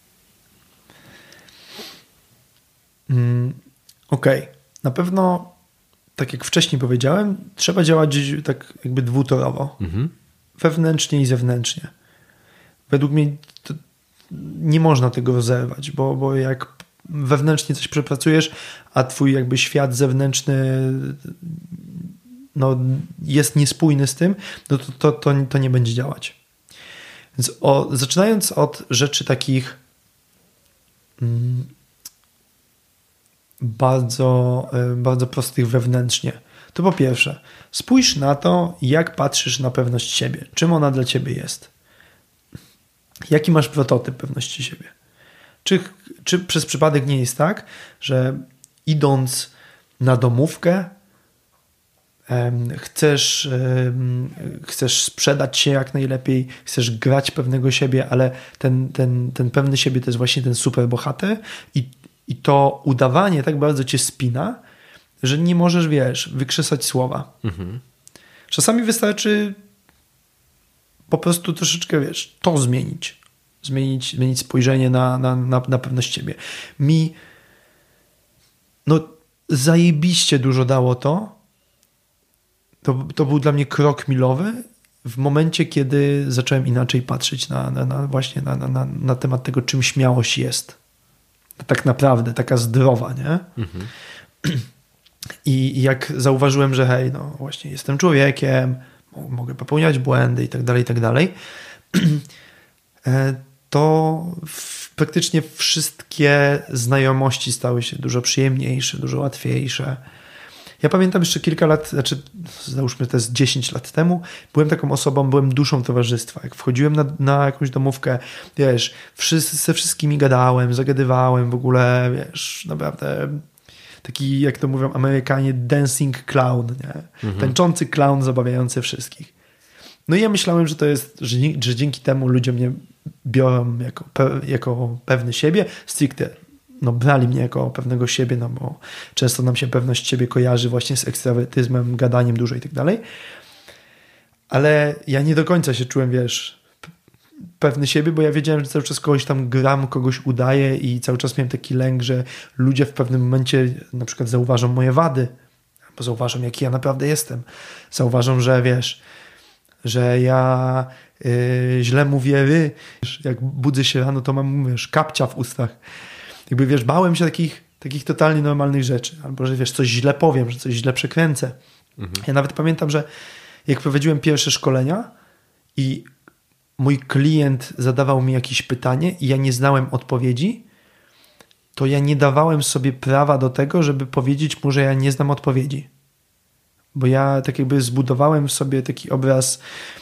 Okej. Na pewno, tak jak wcześniej powiedziałem, trzeba działać tak jakby dwutorowo. Wewnętrznie i zewnętrznie. Według mnie nie można tego rozerwać, bo jak wewnętrznie coś przepracujesz, a twój jakby świat zewnętrzny no, jest niespójny z tym, no to nie będzie działać. Więc zaczynając od rzeczy takich bardzo, bardzo prostych wewnętrznie, to po pierwsze, spójrz na to, jak patrzysz na pewność siebie. Czym ona dla ciebie jest? Jaki masz prototyp pewności siebie? Czy przez przypadek nie jest tak, że idąc na domówkę chcesz sprzedać się jak najlepiej, chcesz grać pewnego siebie, ale ten pewny siebie to jest właśnie ten super bohater i to udawanie tak bardzo cię spina, że nie możesz, wiesz, wykrzesać słowa. Czasami wystarczy po prostu troszeczkę, wiesz, to zmienić spojrzenie na pewność siebie. Mi zajebiście dużo dało to był dla mnie krok milowy w momencie, kiedy zacząłem inaczej patrzeć właśnie na temat tego, czym śmiałość jest. Tak naprawdę, taka zdrowa, nie? I jak zauważyłem, że hej, no właśnie jestem człowiekiem, mogę popełniać błędy i tak dalej, to praktycznie wszystkie znajomości stały się dużo przyjemniejsze, dużo łatwiejsze. Ja pamiętam jeszcze kilka lat, załóżmy to jest 10 lat temu, byłem taką osobą, byłem duszą towarzystwa. Jak wchodziłem na jakąś domówkę, wiesz, ze wszystkimi gadałem, zagadywałem w ogóle, wiesz, naprawdę taki, jak to mówią Amerykanie, dancing clown, nie? Tańczący clown zabawiający wszystkich. No i ja myślałem, że to jest, że dzięki temu ludzie mnie biorą jako pewny siebie, stricte brali mnie jako pewnego siebie, no bo często nam się pewność siebie kojarzy właśnie z ekstrawertyzmem, gadaniem dużo i tak dalej. Ale ja nie do końca się czułem, pewny siebie, bo ja wiedziałem, że cały czas kogoś tam gram, kogoś udaję i cały czas miałem taki lęk, że ludzie w pewnym momencie na przykład zauważą moje wady, albo zauważą, jaki ja naprawdę jestem. Zauważą, że że ja źle mówię jak budzę się rano, to mam, kapcia w ustach. Jakby, bałem się takich totalnie normalnych rzeczy. Albo, że coś źle powiem, że coś źle przekręcę. Ja nawet pamiętam, że jak prowadziłem pierwsze szkolenia i mój klient zadawał mi jakieś pytanie i ja nie znałem odpowiedzi, to ja nie dawałem sobie prawa do tego, żeby powiedzieć mu, że ja nie znam odpowiedzi. Bo ja tak jakby zbudowałem w sobie taki obraz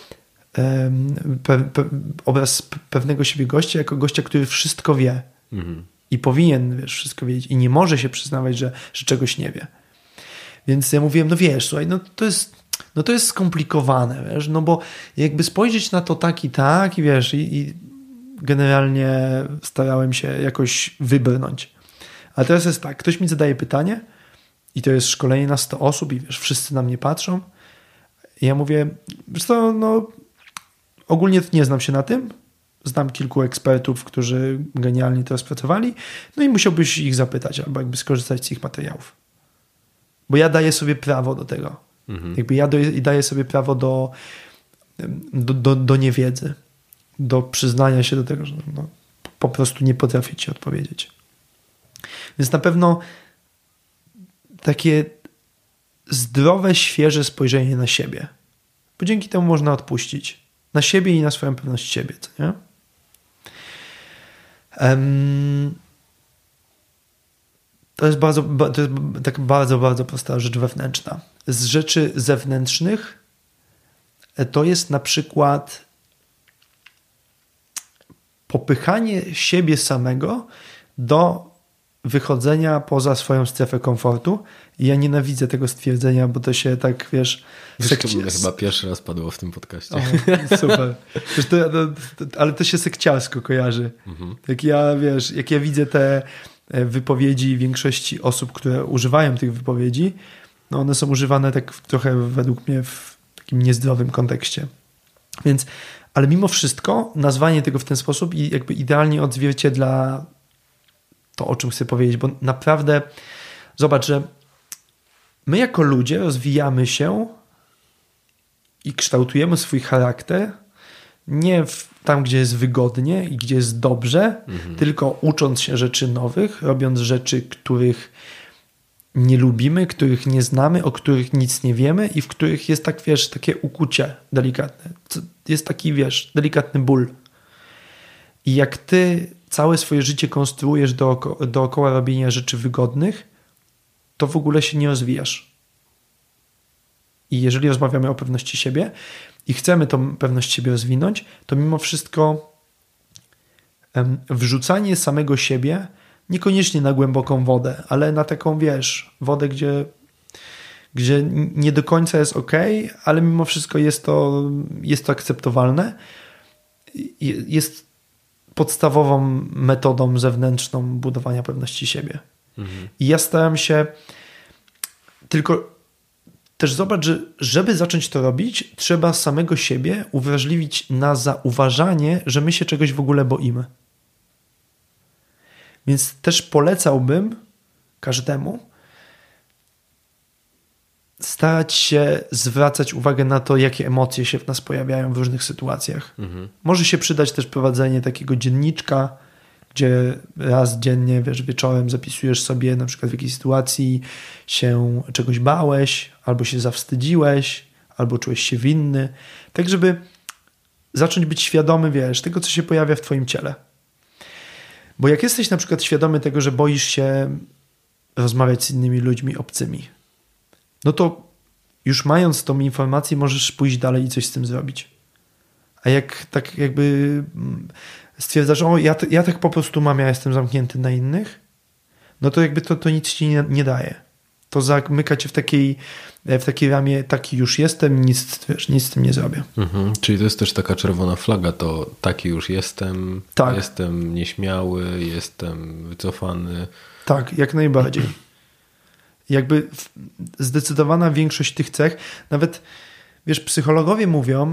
pewnego siebie gościa, jako gościa, który wszystko wie. I powinien, wszystko wiedzieć. I nie może się przyznawać, że czegoś nie wie. Więc ja mówiłem, słuchaj, to jest skomplikowane, no bo jakby spojrzeć na to tak i tak, i generalnie starałem się jakoś wybrnąć. A teraz jest tak, ktoś mi zadaje pytanie i to jest szkolenie na 100 osób i wszyscy na mnie patrzą. I ja mówię, ogólnie nie znam się na tym, znam kilku ekspertów, którzy genialnie to rozpracowali, no i musiałbyś ich zapytać albo jakby skorzystać z ich materiałów. Bo ja daję sobie prawo do tego. Jakby ja daję sobie prawo do niewiedzy, do przyznania się do tego, że po prostu nie potrafię ci odpowiedzieć. Więc na pewno takie zdrowe, świeże spojrzenie na siebie. Bo dzięki temu można odpuścić. Na siebie i na swoją pewność siebie. Co nie? To jest bardzo, bardzo prosta rzecz wewnętrzna. Z rzeczy zewnętrznych to jest na przykład popychanie siebie samego do wychodzenia poza swoją strefę komfortu. I ja nienawidzę tego stwierdzenia, bo to się tak, chyba pierwszy raz padło w tym podcaście. O, super. Ale to się sekciarsko kojarzy. Jak ja widzę te wypowiedzi większości osób, które używają tych wypowiedzi, one są używane tak trochę według mnie w takim niezdrowym kontekście. Więc, ale mimo wszystko nazwanie tego w ten sposób i jakby idealnie odzwierciedla to, o czym chcę powiedzieć, bo naprawdę zobacz, że my jako ludzie rozwijamy się i kształtujemy swój charakter nie tam, gdzie jest wygodnie i gdzie jest dobrze, tylko ucząc się rzeczy nowych, robiąc rzeczy, których nie lubimy, których nie znamy, o których nic nie wiemy i w których jest takie ukucie delikatne. Jest taki, delikatny ból. I jak ty całe swoje życie konstruujesz dookoła robienia rzeczy wygodnych, to w ogóle się nie rozwijasz. I jeżeli rozmawiamy o pewności siebie i chcemy tą pewność siebie rozwinąć, to mimo wszystko wrzucanie samego siebie niekoniecznie na głęboką wodę, ale na taką, wodę, gdzie nie do końca jest okej, ale mimo wszystko jest to akceptowalne. Jest podstawową metodą zewnętrzną budowania pewności siebie. I ja staram się tylko też zobacz, że żeby zacząć to robić, trzeba samego siebie uwrażliwić na zauważanie, że my się czegoś w ogóle boimy. Więc też polecałbym każdemu starać się zwracać uwagę na to, jakie emocje się w nas pojawiają w różnych sytuacjach. Może się przydać też prowadzenie takiego dzienniczka, gdzie raz dziennie, wieczorem zapisujesz sobie na przykład w jakiej sytuacji się czegoś bałeś, albo się zawstydziłeś, albo czułeś się winny. Tak, żeby zacząć być świadomy, tego, co się pojawia w twoim ciele. Bo jak jesteś na przykład świadomy tego, że boisz się rozmawiać z innymi ludźmi obcymi, no to już mając tą informację możesz pójść dalej i coś z tym zrobić. A jak tak jakby stwierdzasz, ja tak po prostu mam, ja jestem zamknięty na innych, no to jakby to nic ci nie daje. To zamyka cię w takiej ramie, taki już jestem, nic z tym nie zrobię. Czyli to jest też taka czerwona flaga, to taki już jestem, tak. Jestem nieśmiały, jestem wycofany. Tak, jak najbardziej. Jakby zdecydowana większość tych cech, nawet wiesz, psychologowie mówią,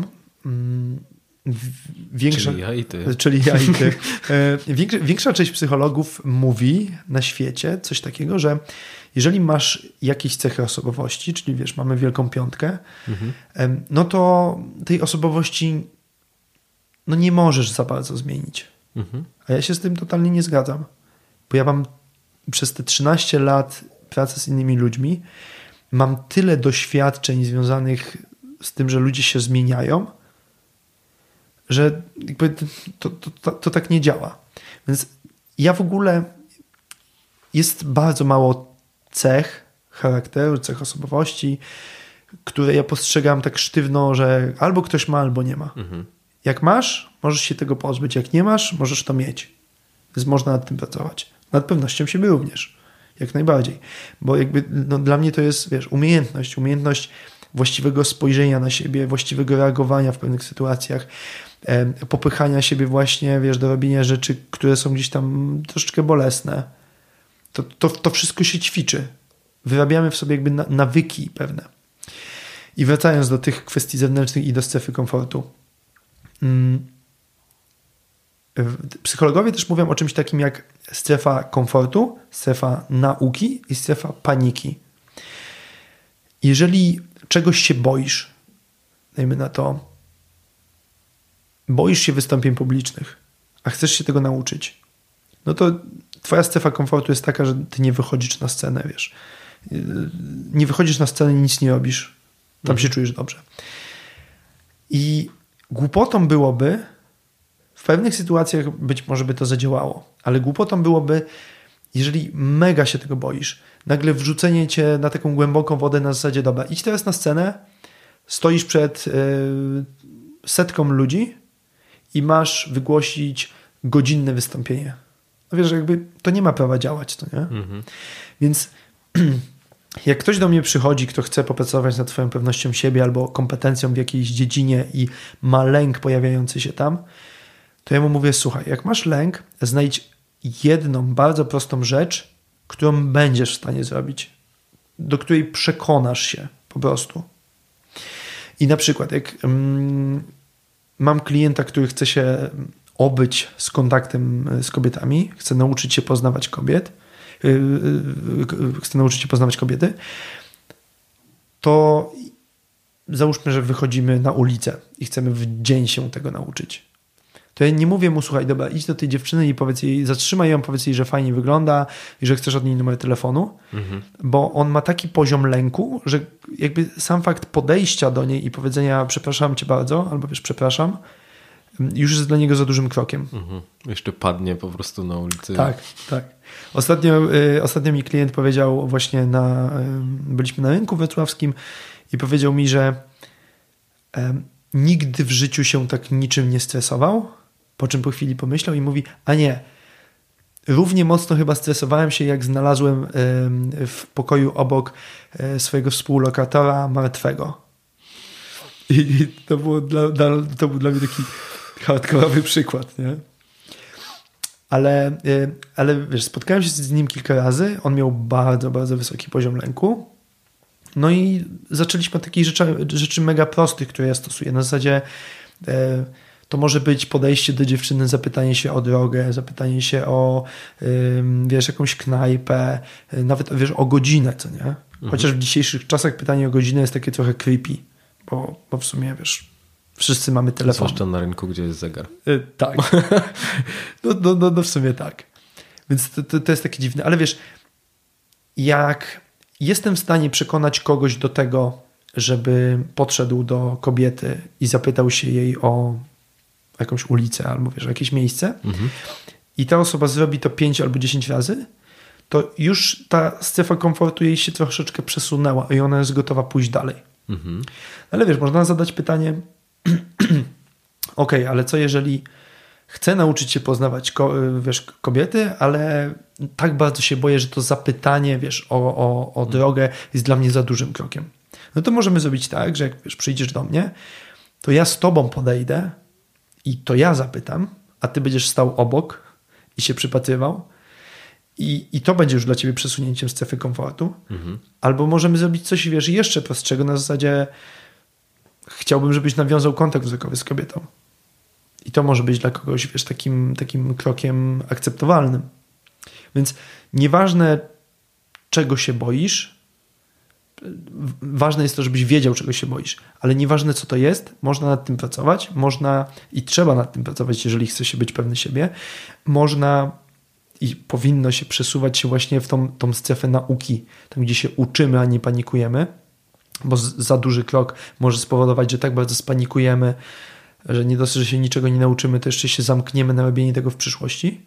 Czyli ja i ty. Większa część psychologów mówi na świecie coś takiego, że jeżeli masz jakieś cechy osobowości, czyli wiesz, mamy wielką piątkę, no to tej osobowości no nie możesz za bardzo zmienić. A ja się z tym totalnie nie zgadzam. Bo ja mam przez te 13 lat pracy z innymi ludźmi, mam tyle doświadczeń związanych z tym, że ludzie się zmieniają, że jakby to tak nie działa. Więc ja w ogóle jest bardzo mało cech charakteru, cech osobowości, które ja postrzegam tak sztywno, że albo ktoś ma, albo nie ma. Jak masz, możesz się tego pozbyć. Jak nie masz, możesz to mieć. Więc można nad tym pracować. Nad pewnością siebie również. Jak najbardziej. Bo jakby no, dla mnie to jest, wiesz, umiejętność właściwego spojrzenia na siebie, właściwego reagowania w pewnych sytuacjach, popychania siebie właśnie, wiesz, do robienia rzeczy, które są gdzieś tam troszeczkę bolesne. To wszystko się ćwiczy. Wyrabiamy w sobie jakby nawyki pewne. I wracając do tych kwestii zewnętrznych i do strefy komfortu. Psychologowie też mówią o czymś takim jak strefa komfortu, strefa nauki i strefa paniki. Jeżeli czegoś się boisz, dajmy na to, boisz się wystąpień publicznych, a chcesz się tego nauczyć, no to twoja strefa komfortu jest taka, że ty nie wychodzisz na scenę, wiesz. Nie wychodzisz na scenę, nic nie robisz. Tam się czujesz dobrze. I głupotą byłoby, w pewnych sytuacjach być może by to zadziałało, ale głupotą byłoby, jeżeli mega się tego boisz, nagle wrzucenie cię na taką głęboką wodę na zasadzie, dobra, idź teraz na scenę, stoisz przed setką ludzi i masz wygłosić godzinne wystąpienie. No wiesz, jakby to nie ma prawa działać, to nie? Więc jak ktoś do mnie przychodzi, kto chce popracować nad twoją pewnością siebie albo kompetencją w jakiejś dziedzinie i ma lęk pojawiający się tam, to ja mu mówię, słuchaj, jak masz lęk, znajdź jedną bardzo prostą rzecz, którą będziesz w stanie zrobić, do której przekonasz się po prostu. I na przykład jak mam klienta, który chce się obyć z kontaktem z kobietami, chce nauczyć się poznawać kobiety, to załóżmy, że wychodzimy na ulicę i chcemy w dzień się tego nauczyć. To ja nie mówię mu, słuchaj, dobra, idź do tej dziewczyny i powiedz jej, zatrzymaj ją, powiedz jej, że fajnie wygląda i że chcesz od niej numer telefonu, bo on ma taki poziom lęku, że jakby sam fakt podejścia do niej i powiedzenia przepraszam cię bardzo, albo wiesz, przepraszam, już jest dla niego za dużym krokiem. Jeszcze padnie po prostu na ulicy. Tak. Ostatnio mi klient powiedział właśnie byliśmy na rynku wrocławskim i powiedział mi, że nigdy w życiu się tak niczym nie stresował, po czym po chwili pomyślał i mówi, a nie, równie mocno chyba stresowałem się, jak znalazłem w pokoju obok swojego współlokatora martwego. I to był dla mnie taki hardkorowy przykład, nie? Ale wiesz, spotkałem się z nim kilka razy, on miał bardzo, bardzo wysoki poziom lęku. No i zaczęliśmy od takich rzeczy mega prostych, które ja stosuję. Na zasadzie to może być podejście do dziewczyny, zapytanie się o drogę, zapytanie się o wiesz, jakąś knajpę, nawet wiesz, o godzinę, co nie? Chociaż w dzisiejszych czasach pytanie o godzinę jest takie trochę creepy, bo w sumie wiesz, wszyscy mamy telefon. Zwłaszcza na rynku, gdzie jest zegar. Tak. No w sumie tak. Więc to jest takie dziwne. Ale wiesz, jak jestem w stanie przekonać kogoś do tego, żeby podszedł do kobiety i zapytał się jej o jakąś ulicę albo wiesz, o jakieś miejsce i ta osoba zrobi to 5 albo 10 razy, to już ta strefa komfortu jej się troszeczkę przesunęła i ona jest gotowa pójść dalej. Ale wiesz, można zadać pytanie okej, ale co jeżeli chcę nauczyć się poznawać kobiety, ale tak bardzo się boję, że to zapytanie, o drogę jest dla mnie za dużym krokiem. No to możemy zrobić tak, że jak przyjdziesz do mnie, to ja z tobą podejdę i to ja zapytam, a ty będziesz stał obok i się przypatrywał i to będzie już dla ciebie przesunięciem strefy komfortu. Albo możemy zrobić coś, jeszcze prostszego na zasadzie chciałbym, żebyś nawiązał kontakt wzrokowy z kobietą. I to może być dla kogoś, takim krokiem akceptowalnym. Więc nieważne, czego się boisz, ważne jest to, żebyś wiedział, czego się boisz, ale nieważne, co to jest, można nad tym pracować, można i trzeba nad tym pracować, jeżeli chce się być pewny siebie, można i powinno się przesuwać się właśnie w tą strefę nauki, tam gdzie się uczymy, a nie panikujemy, bo za duży krok może spowodować, że tak bardzo spanikujemy, że nie dosyć, że się niczego nie nauczymy, to jeszcze się zamkniemy na robienie tego w przyszłości.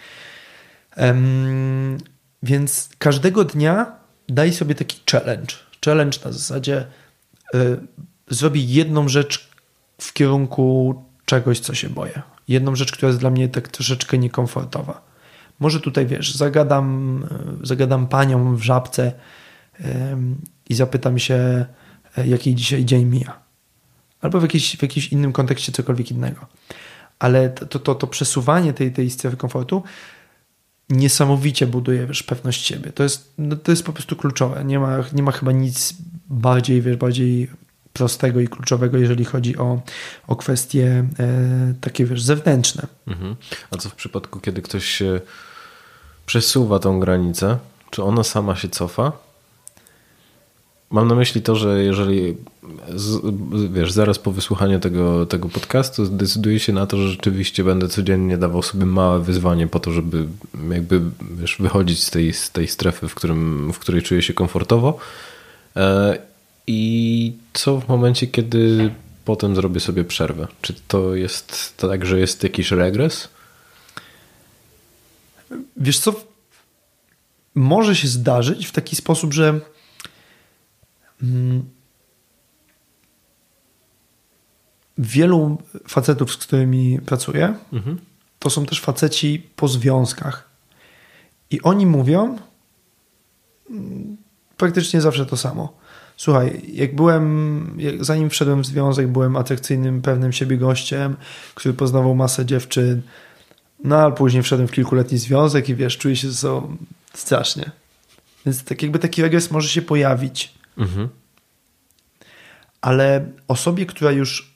Więc każdego dnia daj sobie taki challenge. Challenge na zasadzie zrobię jedną rzecz w kierunku czegoś, co się boję. Jedną rzecz, która jest dla mnie tak troszeczkę niekomfortowa. Może tutaj, zagadam panią w Żabce i zapytam się, jaki dzisiaj dzień mija. Albo w jakimś innym kontekście cokolwiek innego. Ale to przesuwanie tej strefy komfortu niesamowicie buduje, pewność siebie. To jest po prostu kluczowe. Nie ma chyba nic bardziej prostego i kluczowego, jeżeli chodzi o kwestie takie, zewnętrzne. A co w przypadku, kiedy ktoś się przesuwa tą granicę? Czy ona sama się cofa? Mam na myśli to, że jeżeli zaraz po wysłuchaniu tego podcastu zdecyduję się na to, że rzeczywiście będę codziennie dawał sobie małe wyzwanie po to, żeby wychodzić z tej strefy, w której czuję się komfortowo. I co w momencie, kiedy potem zrobię sobie przerwę? Czy to jest tak, że jest jakiś regres? Wiesz co? Może się zdarzyć w taki sposób, że wielu facetów, z którymi pracuję, to są też faceci po związkach. I oni mówią praktycznie zawsze to samo. Słuchaj, zanim wszedłem w związek, byłem atrakcyjnym, pewnym siebie gościem, który poznawał masę dziewczyn, no ale później wszedłem w kilkuletni związek i czuję się ze sobą strasznie. Więc taki regres może się pojawić. Ale osobie, która już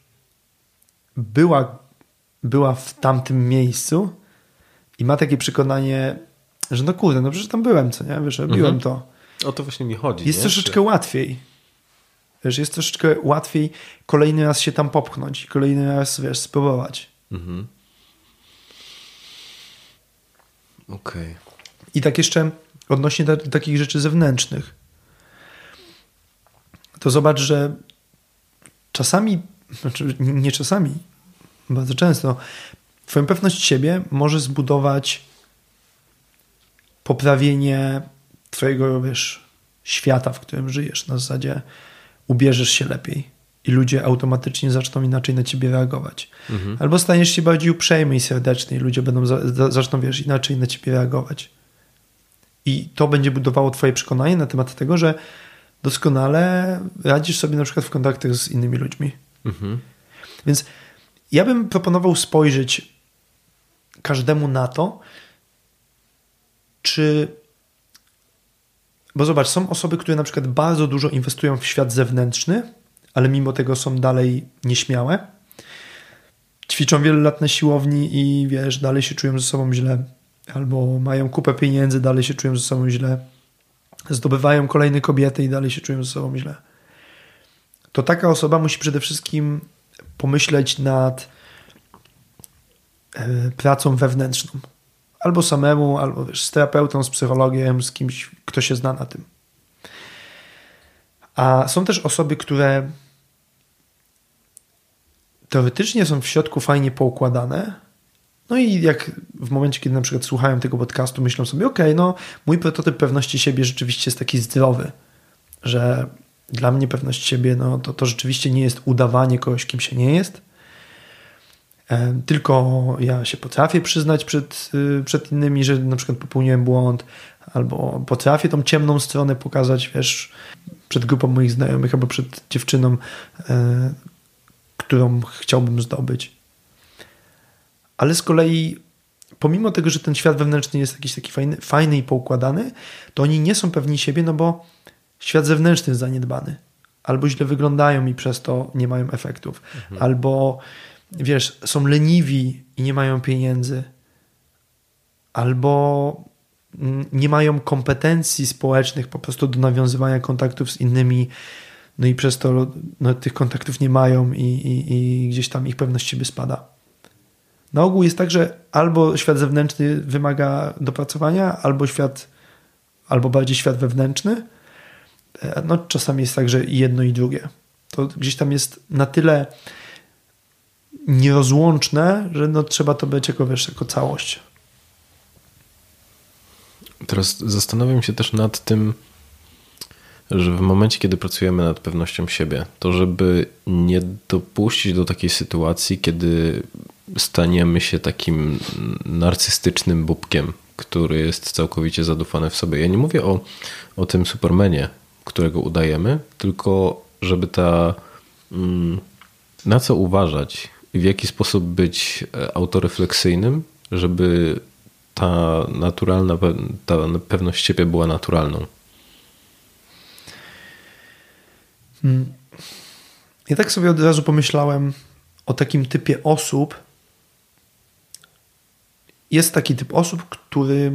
była w tamtym miejscu i ma takie przekonanie, że no kurde, no przecież tam byłem, co nie? Robiłem to. O to właśnie mi chodzi. Jest troszeczkę łatwiej. Jest troszeczkę łatwiej kolejny raz się tam popchnąć i kolejny raz, spróbować. Okej. I tak jeszcze odnośnie takich rzeczy zewnętrznych. To zobacz, że czasami, nie czasami, bardzo często, twoją pewność siebie może zbudować poprawienie twojego, świata, w którym żyjesz. Na zasadzie ubierzesz się lepiej i ludzie automatycznie zaczną inaczej na ciebie reagować. Albo staniesz się bardziej uprzejmy i serdeczny i ludzie zaczną, inaczej na ciebie reagować. I to będzie budowało twoje przekonanie na temat tego, że doskonale radzisz sobie na przykład w kontaktach z innymi ludźmi. Więc ja bym proponował spojrzeć każdemu na to, bo zobacz, są osoby, które na przykład bardzo dużo inwestują w świat zewnętrzny, ale mimo tego są dalej nieśmiałe. Ćwiczą wiele lat na siłowni i dalej się czują ze sobą źle. Albo mają kupę pieniędzy, dalej się czują ze sobą źle. Zdobywają kolejne kobiety i dalej się czują ze sobą źle. To taka osoba musi przede wszystkim pomyśleć nad pracą wewnętrzną. Albo samemu, albo z terapeutą, z psychologiem, z kimś, kto się zna na tym. A są też osoby, które teoretycznie są w środku fajnie poukładane, no i jak w momencie, kiedy na przykład słuchają tego podcastu, myślą sobie, mój prototyp pewności siebie rzeczywiście jest taki zdrowy, że dla mnie pewność siebie, to rzeczywiście nie jest udawanie kogoś, kim się nie jest. Tylko ja się potrafię przyznać przed innymi, że na przykład popełniłem błąd, albo potrafię tą ciemną stronę pokazać, wiesz, przed grupą moich znajomych, albo przed dziewczyną, którą chciałbym zdobyć. Ale z kolei pomimo tego, że ten świat wewnętrzny jest jakiś taki fajny i poukładany, to oni nie są pewni siebie, no bo świat zewnętrzny jest zaniedbany. Albo źle wyglądają i przez to nie mają efektów. Albo, wiesz, są leniwi i nie mają pieniędzy. Albo nie mają kompetencji społecznych po prostu do nawiązywania kontaktów z innymi, no i przez to tych kontaktów nie mają i gdzieś tam ich pewność siebie spada. Na ogół jest tak, że albo świat zewnętrzny wymaga dopracowania, albo bardziej świat wewnętrzny. No, czasami jest tak, że i jedno i drugie. To gdzieś tam jest na tyle nierozłączne, że no, trzeba to być jako całość. Teraz zastanawiam się też nad tym, że w momencie, kiedy pracujemy nad pewnością siebie, to żeby nie dopuścić do takiej sytuacji, kiedy staniemy się takim narcystycznym bubkiem, który jest całkowicie zadufany w sobie. Ja nie mówię o tym Supermanie, którego udajemy, tylko żeby na co uważać i w jaki sposób być autorefleksyjnym, żeby ta pewność siebie była naturalną. Ja tak sobie od razu pomyślałem o takim typie osób. Jest taki typ osób, który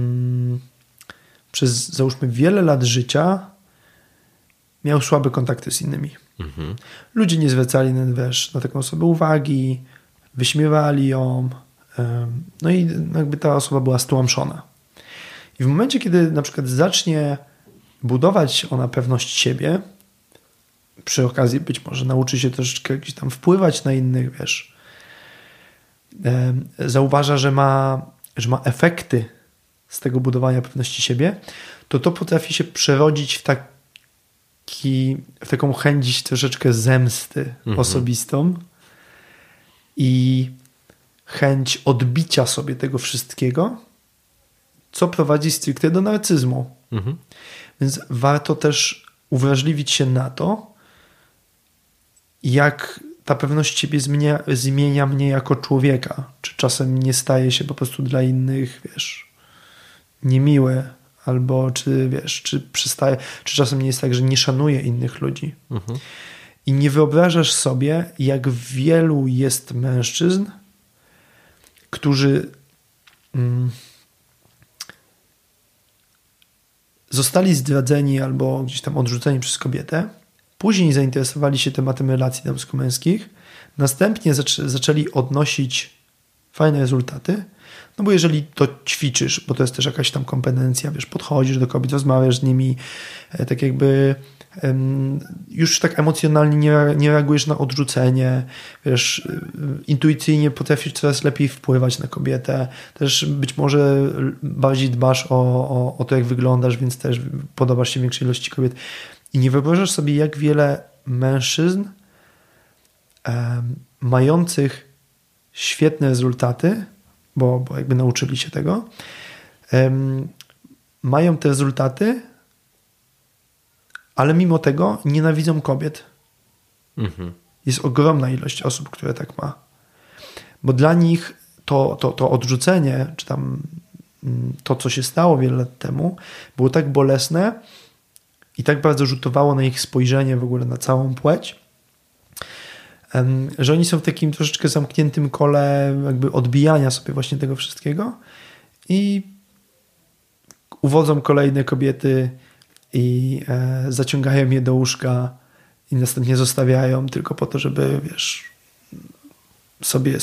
przez załóżmy wiele lat życia miał słabe kontakty z innymi. Ludzie nie zwracali na taką osobę uwagi, wyśmiewali ją, no i jakby ta osoba była stłamszona. I w momencie, kiedy na przykład zacznie budować ona pewność siebie, przy okazji być może nauczy się troszeczkę gdzieś tam wpływać na innych, wiesz, zauważa, że ma efekty z tego budowania pewności siebie, to potrafi się przerodzić w taką chęć troszeczkę zemsty osobistą i chęć odbicia sobie tego wszystkiego, co prowadzi stricte do narcyzmu. Więc warto też uwrażliwić się na to, jak ta pewność siebie zmienia mnie jako człowieka. Czy czasem nie staje się po prostu dla innych, wiesz, niemiły, albo czy przestaje, czy czasem nie jest tak, że nie szanuję innych ludzi. I nie wyobrażasz sobie, jak wielu jest mężczyzn, którzy zostali zdradzeni albo gdzieś tam odrzuceni przez kobietę, później zainteresowali się tematem relacji damsko-męskich, następnie zaczęli odnosić fajne rezultaty, no bo jeżeli to ćwiczysz, bo to jest też jakaś tam kompetencja, wiesz, podchodzisz do kobiet, rozmawiasz z nimi, tak jakby już tak emocjonalnie nie reagujesz na odrzucenie, wiesz, intuicyjnie potrafisz coraz lepiej wpływać na kobietę, też być może bardziej dbasz o to, jak wyglądasz, więc też podobasz się większej ilości kobiet. I nie wyobrażasz sobie, jak wiele mężczyzn mających świetne rezultaty, bo jakby nauczyli się tego, mają te rezultaty, ale mimo tego nienawidzą kobiet. Jest ogromna ilość osób, które tak ma. Bo dla nich to odrzucenie, czy tam to, co się stało wiele lat temu, było tak bolesne i tak bardzo rzutowało na ich spojrzenie w ogóle na całą płeć, że oni są w takim troszeczkę zamkniętym kole jakby odbijania sobie właśnie tego wszystkiego i uwodzą kolejne kobiety i zaciągają je do łóżka i następnie zostawiają tylko po to, żeby, wiesz, sobie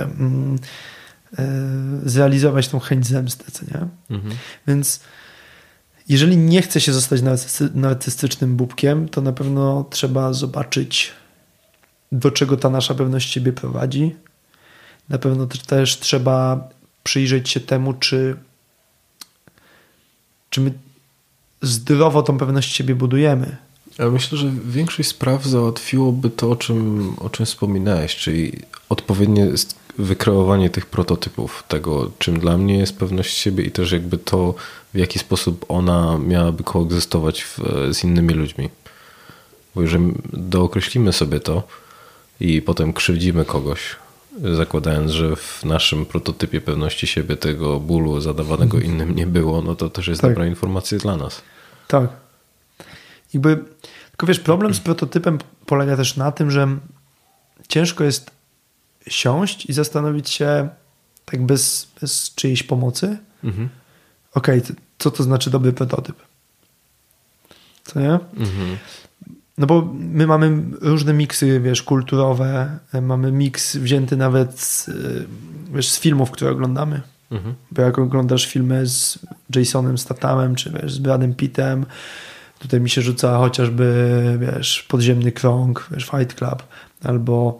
zrealizować tą chęć zemsty, co nie? Więc jeżeli nie chce się zostać narcystycznym bubkiem, to na pewno trzeba zobaczyć, do czego ta nasza pewność siebie prowadzi. Na pewno też trzeba przyjrzeć się temu, czy my zdrowo tą pewność siebie budujemy. Ja myślę, że większość spraw załatwiłoby to, o czym wspominałeś, czyli odpowiednie wykreowanie tych prototypów, tego czym dla mnie jest pewność siebie i też jakby to, w jaki sposób ona miałaby koegzystować z innymi ludźmi. Bo jeżeli dookreślimy sobie to i potem krzywdzimy kogoś, zakładając, że w naszym prototypie pewności siebie tego bólu zadawanego innym nie było, no to też jest dobra informacja dla nas. Tak. Tylko wiesz, problem z prototypem polega też na tym, że ciężko jest siąść i zastanowić się tak bez czyjejś pomocy. Okej, co to znaczy dobry prototyp? Co nie? No bo my mamy różne miksy, wiesz, kulturowe, mamy miks wzięty nawet z filmów, które oglądamy. Bo jak oglądasz filmy z Jasonem Stathamem, czy wiesz, z Bradem Pittem, tutaj mi się rzuca chociażby, wiesz, Podziemny Krąg, wiesz, Fight Club, albo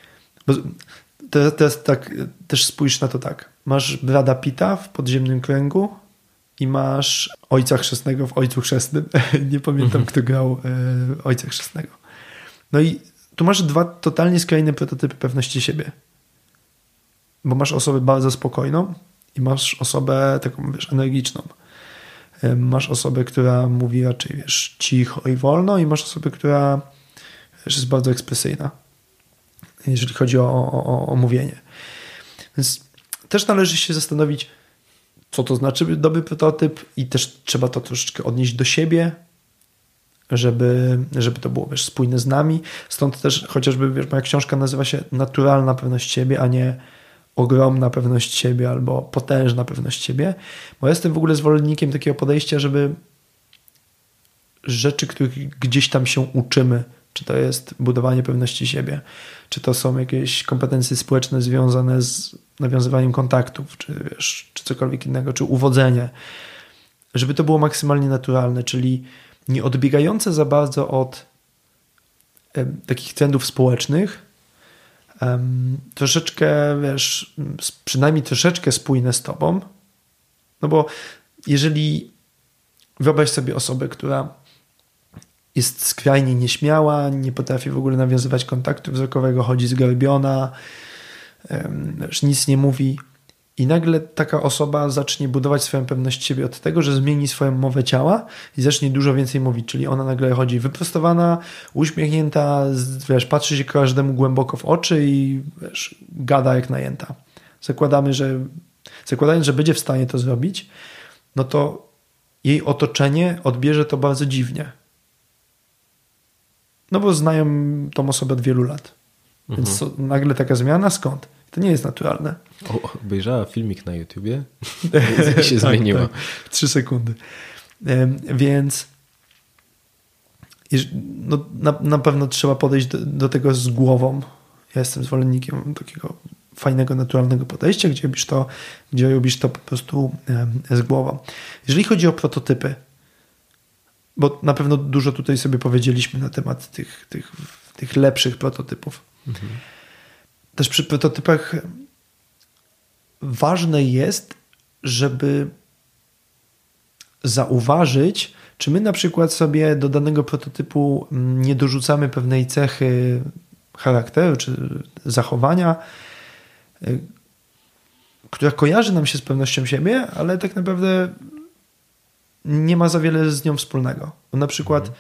teraz tak, też spójrz na to tak. Masz Brada Pitta w Podziemnym Kręgu i masz Ojca Chrzestnego w Ojcu Chrzestnym. Nie pamiętam, kto grał Ojca Chrzestnego. No i tu masz dwa totalnie skrajne prototypy pewności siebie. Bo masz osobę bardzo spokojną i masz osobę taką, wiesz, energiczną. Masz osobę, która mówi raczej, wiesz, cicho i wolno i masz osobę, która, wiesz, jest bardzo ekspresyjna, jeżeli chodzi o mówienie. Więc też należy się zastanowić, co to znaczy dobry prototyp i też trzeba to troszeczkę odnieść do siebie, żeby to było, wiesz, spójne z nami. Stąd też chociażby, wiesz, moja książka nazywa się Naturalna pewność siebie, a nie ogromna pewność siebie albo potężna pewność siebie, bo jestem w ogóle zwolennikiem takiego podejścia, żeby rzeczy, których gdzieś tam się uczymy, czy to jest budowanie pewności siebie, czy to są jakieś kompetencje społeczne związane z nawiązywaniem kontaktów, czy wiesz, czy cokolwiek innego, czy uwodzenie, żeby to było maksymalnie naturalne, czyli nie odbiegające za bardzo od takich trendów społecznych, troszeczkę, wiesz, przynajmniej troszeczkę spójne z tobą, no bo jeżeli wyobraź sobie osobę, która jest skrajnie nieśmiała, nie potrafi w ogóle nawiązywać kontaktu wzrokowego, chodzi zgarbiona, wiesz, nic nie mówi i nagle taka osoba zacznie budować swoją pewność siebie od tego, że zmieni swoją mowę ciała i zacznie dużo więcej mówić, czyli ona nagle chodzi wyprostowana, uśmiechnięta, wiesz, patrzy się każdemu głęboko w oczy i wiesz, gada jak najęta. Zakładając, że będzie w stanie to zrobić, no to jej otoczenie odbierze to bardzo dziwnie. No bo znają tą osobę od wielu lat. Więc nagle taka zmiana, skąd? To nie jest naturalne. Obejrzała filmik na YouTubie i się zmieniła. Tak, 3 sekundy. Więc no, na pewno trzeba podejść do tego z głową. Ja jestem zwolennikiem takiego fajnego, naturalnego podejścia, gdzie robisz to po prostu z głową. Jeżeli chodzi o prototypy, bo na pewno dużo tutaj sobie powiedzieliśmy na temat tych lepszych prototypów. Też przy prototypach ważne jest, żeby zauważyć, czy my na przykład sobie do danego prototypu nie dorzucamy pewnej cechy charakteru czy zachowania, która kojarzy nam się z pewnością siebie, ale tak naprawdę nie ma za wiele z nią wspólnego. Bo na przykład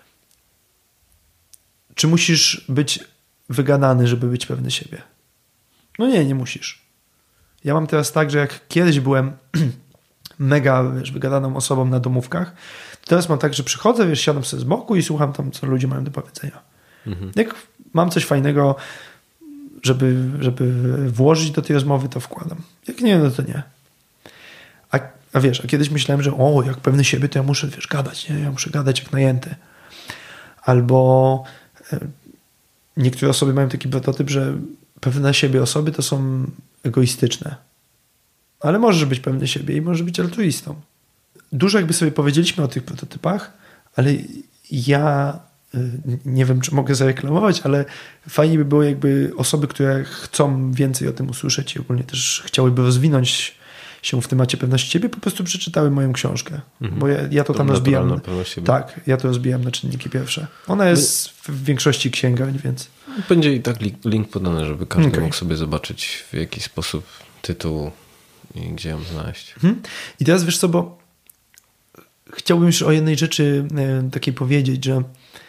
czy musisz być wygadany, żeby być pewny siebie? No nie musisz. Ja mam teraz tak, że jak kiedyś byłem mega, wiesz, wygadaną osobą na domówkach, to teraz mam tak, że przychodzę, wiesz, siadam sobie z boku i słucham tam, co ludzie mają do powiedzenia. Jak mam coś fajnego, żeby włożyć do tej rozmowy, to wkładam. Jak nie, no to nie. A wiesz, a kiedyś myślałem, że jak pewny siebie, to ja muszę, wiesz, gadać, nie? Ja muszę gadać jak najęty. Albo niektóre osoby mają taki prototyp, że pewne siebie osoby to są egoistyczne. Ale możesz być pewny siebie i możesz być altruistą. Dużo jakby sobie powiedzieliśmy o tych prototypach, ale ja nie wiem, czy mogę zareklamować, ale fajnie by było jakby osoby, które chcą więcej o tym usłyszeć i ogólnie też chciałyby rozwinąć się w temacie pewności siebie, po prostu przeczytały moją książkę. Bo ja to tam rozbijam. Tak, ja to rozbijam na czynniki pierwsze. Ona jest w większości księgarni, więc... Będzie i tak link podany, żeby każdy mógł sobie zobaczyć, w jaki sposób tytuł i gdzie ją znaleźć. I teraz wiesz co, bo chciałbym już o jednej rzeczy takiej powiedzieć, że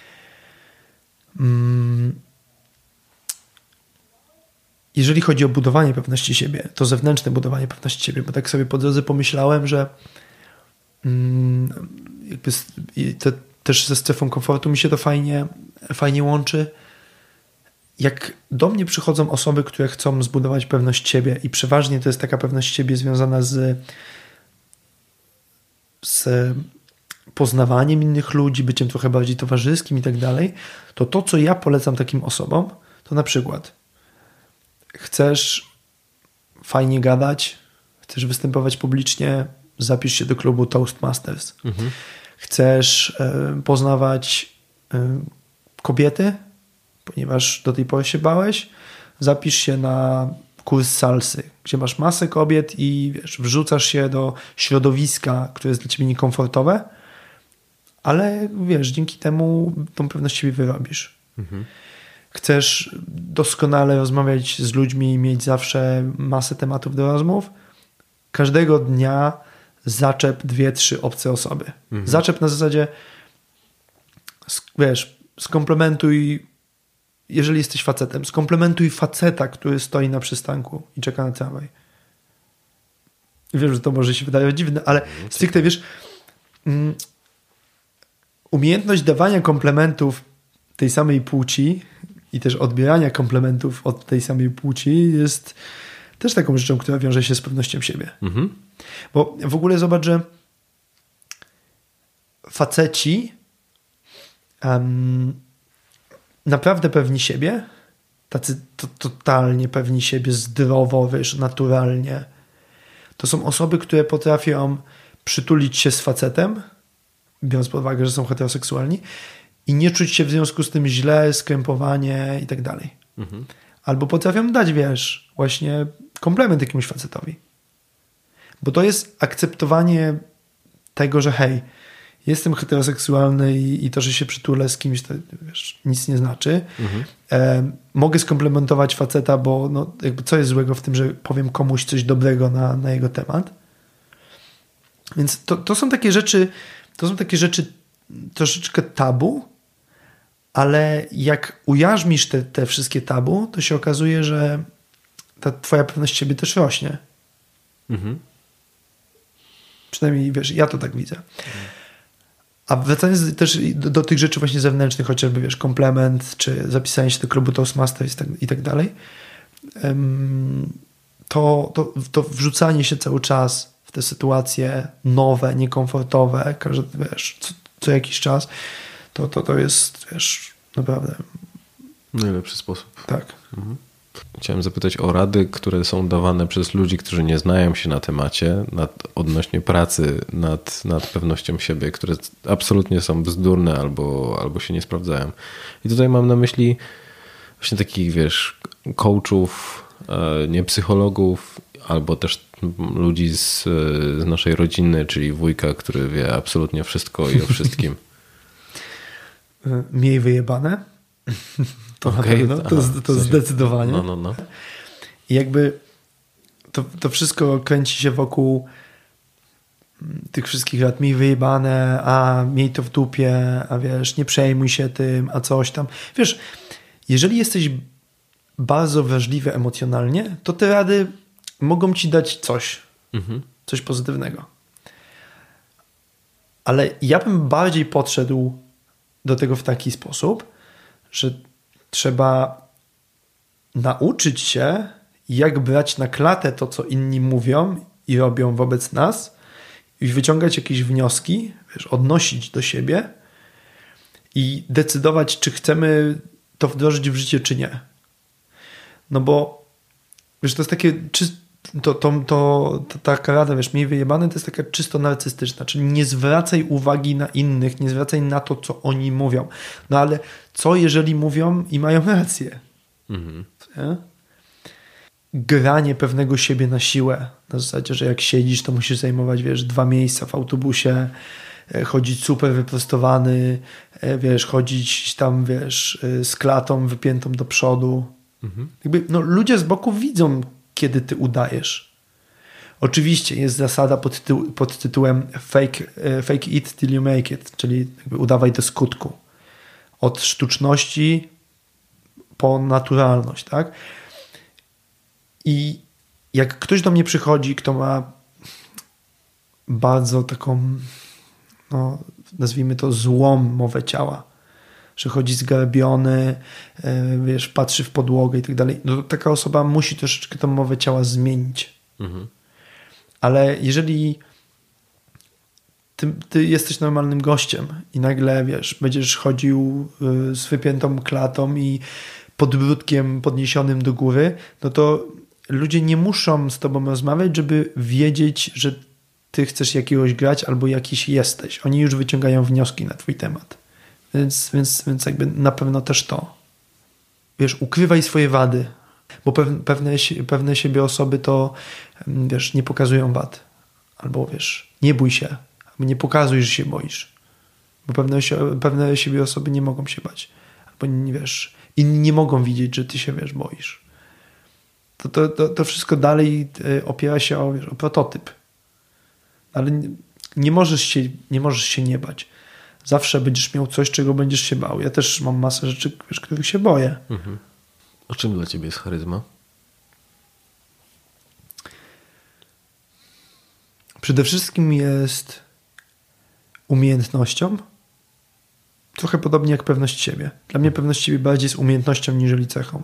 jeżeli chodzi o budowanie pewności siebie, to zewnętrzne budowanie pewności siebie, bo tak sobie po drodze pomyślałem, że jakby też ze strefą komfortu mi się to fajnie łączy. Jak do mnie przychodzą osoby, które chcą zbudować pewność siebie i przeważnie to jest taka pewność siebie związana z poznawaniem innych ludzi, byciem trochę bardziej towarzyskim i tak dalej, to co ja polecam takim osobom, to na przykład chcesz fajnie gadać, chcesz występować publicznie, zapisz się do klubu Toastmasters. Chcesz poznawać kobiety, ponieważ do tej pory się bałeś, zapisz się na kurs salsy, gdzie masz masę kobiet i wiesz, wrzucasz się do środowiska, które jest dla ciebie niekomfortowe, ale wiesz, dzięki temu tą pewność siebie wyrobisz. Chcesz doskonale rozmawiać z ludźmi i mieć zawsze masę tematów do rozmów, każdego dnia zaczep 2-3 obce osoby. Zaczep na zasadzie wiesz, skomplementuj, jeżeli jesteś facetem, skomplementuj faceta, który stoi na przystanku i czeka na tramwaj. Wiem, że to może się wydawać dziwne, ale stricte wiesz, umiejętność dawania komplementów tej samej płci i też odbierania komplementów od tej samej płci jest też taką rzeczą, która wiąże się z pewnością siebie. Bo w ogóle zobacz, że faceci naprawdę pewni siebie, tacy totalnie pewni siebie, zdrowo, wiesz, naturalnie. To są osoby, które potrafią przytulić się z facetem, biorąc pod uwagę, że są heteroseksualni i nie czuć się w związku z tym źle, skrępowanie i tak dalej. Albo potrafią dać, wiesz, właśnie komplement jakiemuś facetowi. Bo to jest akceptowanie tego, że hej, jestem heteroseksualny i to, że się przytulę z kimś, to wiesz, nic nie znaczy. Mogę skomplementować faceta, bo no, jakby co jest złego w tym, że powiem komuś coś dobrego na jego temat. Więc to są takie rzeczy troszeczkę tabu, ale jak ujarzmisz te wszystkie tabu, to się okazuje, że ta twoja pewność siebie też rośnie. Przynajmniej, wiesz, ja to tak widzę. A wracając też do tych rzeczy właśnie zewnętrznych, chociażby, wiesz, komplement, czy zapisanie się do klubu Toastmasters i tak dalej, to wrzucanie się cały czas w te sytuacje nowe, niekomfortowe, wiesz, co jakiś czas, to jest, wiesz, naprawdę najlepszy sposób. Tak. Chciałem zapytać o rady, które są dawane przez ludzi, którzy nie znają się na temacie, odnośnie pracy nad pewnością siebie, które absolutnie są bzdurne albo się nie sprawdzają. I tutaj mam na myśli właśnie takich, wiesz, coachów, nie psychologów, albo też ludzi z naszej rodziny, czyli wujka, który wie absolutnie wszystko i o wszystkim. Miej wyjebane. To okay, to zdecydowanie. No. I jakby to wszystko kręci się wokół tych wszystkich lat. Miej wyjebane, a miej to w dupie, a wiesz, nie przejmuj się tym, a coś tam. Wiesz, jeżeli jesteś bardzo wrażliwy emocjonalnie, to te rady mogą ci dać coś pozytywnego. Ale ja bym bardziej podszedł do tego w taki sposób, że trzeba nauczyć się, jak brać na klatę to, co inni mówią i robią wobec nas i wyciągać jakieś wnioski, wiesz, odnosić do siebie i decydować, czy chcemy to wdrożyć w życie, czy nie. No bo wiesz, to jest takie taka rada, wiesz, miej wyjebane, to jest taka czysto narcystyczna, czyli nie zwracaj uwagi na innych, nie zwracaj na to, co oni mówią. No ale co, jeżeli mówią i mają rację? granie pewnego siebie na siłę. Na zasadzie, że jak siedzisz, to musisz zajmować, 2 miejsca w autobusie, chodzić super wyprostowany, chodzić tam, z klatą wypiętą do przodu. Ludzie z boku widzą, kiedy ty udajesz. Oczywiście jest zasada pod tytułem fake it till you make it, czyli udawaj do skutku. Od sztuczności po naturalność, tak? I jak ktoś do mnie przychodzi, kto ma bardzo taką, nazwijmy to, złą mowę ciała, że chodzi zgarbiony, patrzy w podłogę i tak dalej, to taka osoba musi troszeczkę tą mowę ciała zmienić. Ale jeżeli ty jesteś normalnym gościem i nagle, będziesz chodził z wypiętą klatą i podbródkiem podniesionym do góry, no to ludzie nie muszą z tobą rozmawiać, żeby wiedzieć, że ty chcesz jakiegoś grać albo jakiś jesteś. Oni już wyciągają wnioski na twój temat. Więc jakby na pewno też to. Ukrywaj swoje wady, bo pewne siebie osoby to, nie pokazują wad. Albo, nie bój się, albo nie pokazuj, że się boisz. Bo pewne siebie osoby nie mogą się bać. Albo, inni nie mogą widzieć, że ty się, boisz. To wszystko dalej opiera się o prototyp. Ale nie możesz się nie bać. Zawsze będziesz miał coś, czego będziesz się bał. Ja też mam masę rzeczy, których się boję. O czym dla ciebie jest charyzma? Przede wszystkim jest umiejętnością. Trochę podobnie jak pewność siebie. Dla mnie pewność siebie bardziej jest umiejętnością niżeli cechą.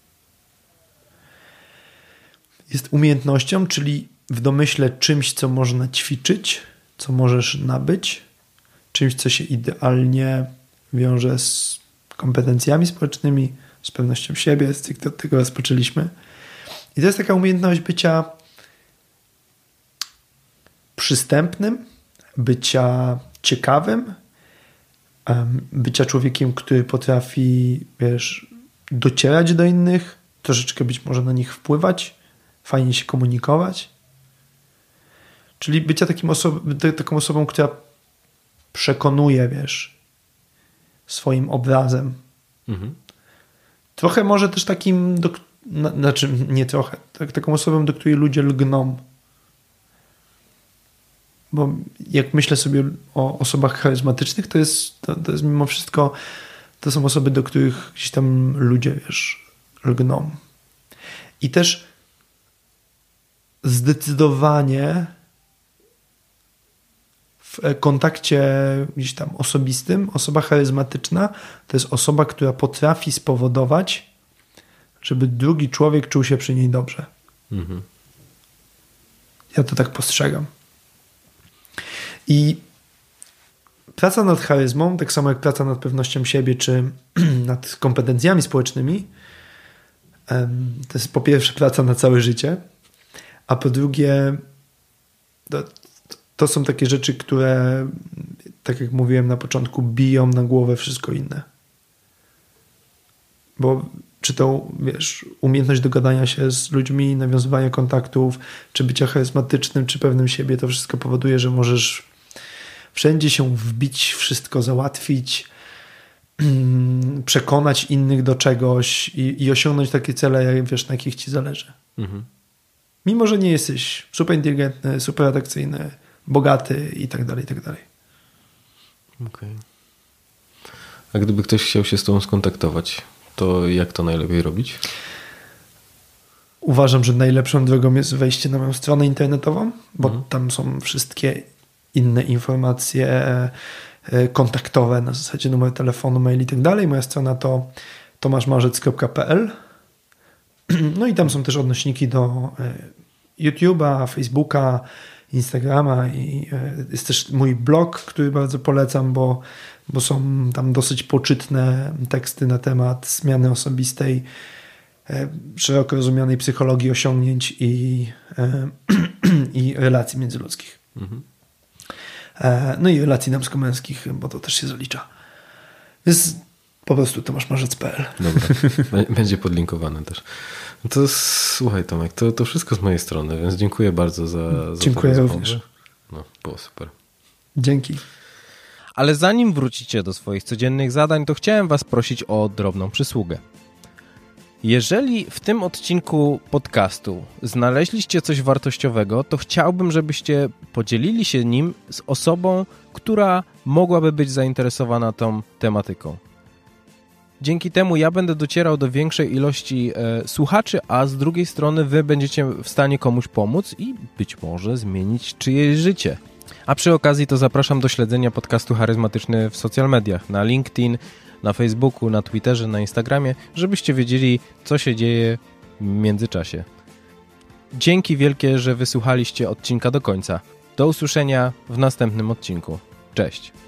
Jest umiejętnością, czyli w domyśle czymś, co można ćwiczyć, co możesz nabyć, czymś, co się idealnie wiąże z kompetencjami społecznymi, z pewnością siebie, od tego rozpoczęliśmy. I to jest taka umiejętność bycia przystępnym, bycia ciekawym, bycia człowiekiem, który potrafi, docierać do innych, troszeczkę być może na nich wpływać, fajnie się komunikować. Czyli bycia taką osobą, która przekonuje, swoim obrazem. Trochę może też takim, nie trochę, taką osobą, do której ludzie lgną. Bo jak myślę sobie o osobach charyzmatycznych, to jest mimo wszystko, to są osoby, do których gdzieś tam ludzie, lgną. I też zdecydowanie w kontakcie gdzieś tam osobistym, osoba charyzmatyczna to jest osoba, która potrafi spowodować, żeby drugi człowiek czuł się przy niej dobrze. Ja to tak postrzegam. I praca nad charyzmą, tak samo jak praca nad pewnością siebie, czy nad kompetencjami społecznymi, to jest po pierwsze praca na całe życie, a po drugie to są takie rzeczy, które, tak jak mówiłem na początku, biją na głowę wszystko inne. Bo czy to, umiejętność dogadania się z ludźmi, nawiązywania kontaktów, czy bycia charyzmatycznym, czy pewnym siebie, to wszystko powoduje, że możesz wszędzie się wbić, wszystko załatwić, przekonać innych do czegoś i osiągnąć takie cele, na jakich ci zależy. Mimo, że nie jesteś super inteligentny, super atrakcyjny, bogaty i tak dalej, i tak dalej. Okej. A gdyby ktoś chciał się z tobą skontaktować, to jak to najlepiej robić? Uważam, że najlepszą drogą jest wejście na moją stronę internetową, bo tam są wszystkie inne informacje kontaktowe na zasadzie numer telefonu, mail i tak dalej. Moja strona to tomaszmarzec.pl. No i tam są też odnośniki do YouTube'a, Facebooka, Instagrama i jest też mój blog, który bardzo polecam, bo są tam dosyć poczytne teksty na temat zmiany osobistej, szeroko rozumianej psychologii osiągnięć i relacji międzyludzkich. No i relacji damsko-męskich, bo to też się zalicza. Więc po prostu tomaszmarzec.pl. Dobra, będzie podlinkowane też. To słuchaj, Tomek, to wszystko z mojej strony, więc dziękuję bardzo za Dziękuję również. No, było super. Dzięki. Ale zanim wrócicie do swoich codziennych zadań, to chciałem was prosić o drobną przysługę. Jeżeli w tym odcinku podcastu znaleźliście coś wartościowego, to chciałbym, żebyście podzielili się nim z osobą, która mogłaby być zainteresowana tą tematyką. Dzięki temu ja będę docierał do większej ilości słuchaczy, a z drugiej strony wy będziecie w stanie komuś pomóc i być może zmienić czyjeś życie. A przy okazji to zapraszam do śledzenia podcastu Charyzmatyczny w social mediach, na LinkedIn, na Facebooku, na Twitterze, na Instagramie, żebyście wiedzieli, co się dzieje w międzyczasie. Dzięki wielkie, że wysłuchaliście odcinka do końca. Do usłyszenia w następnym odcinku. Cześć!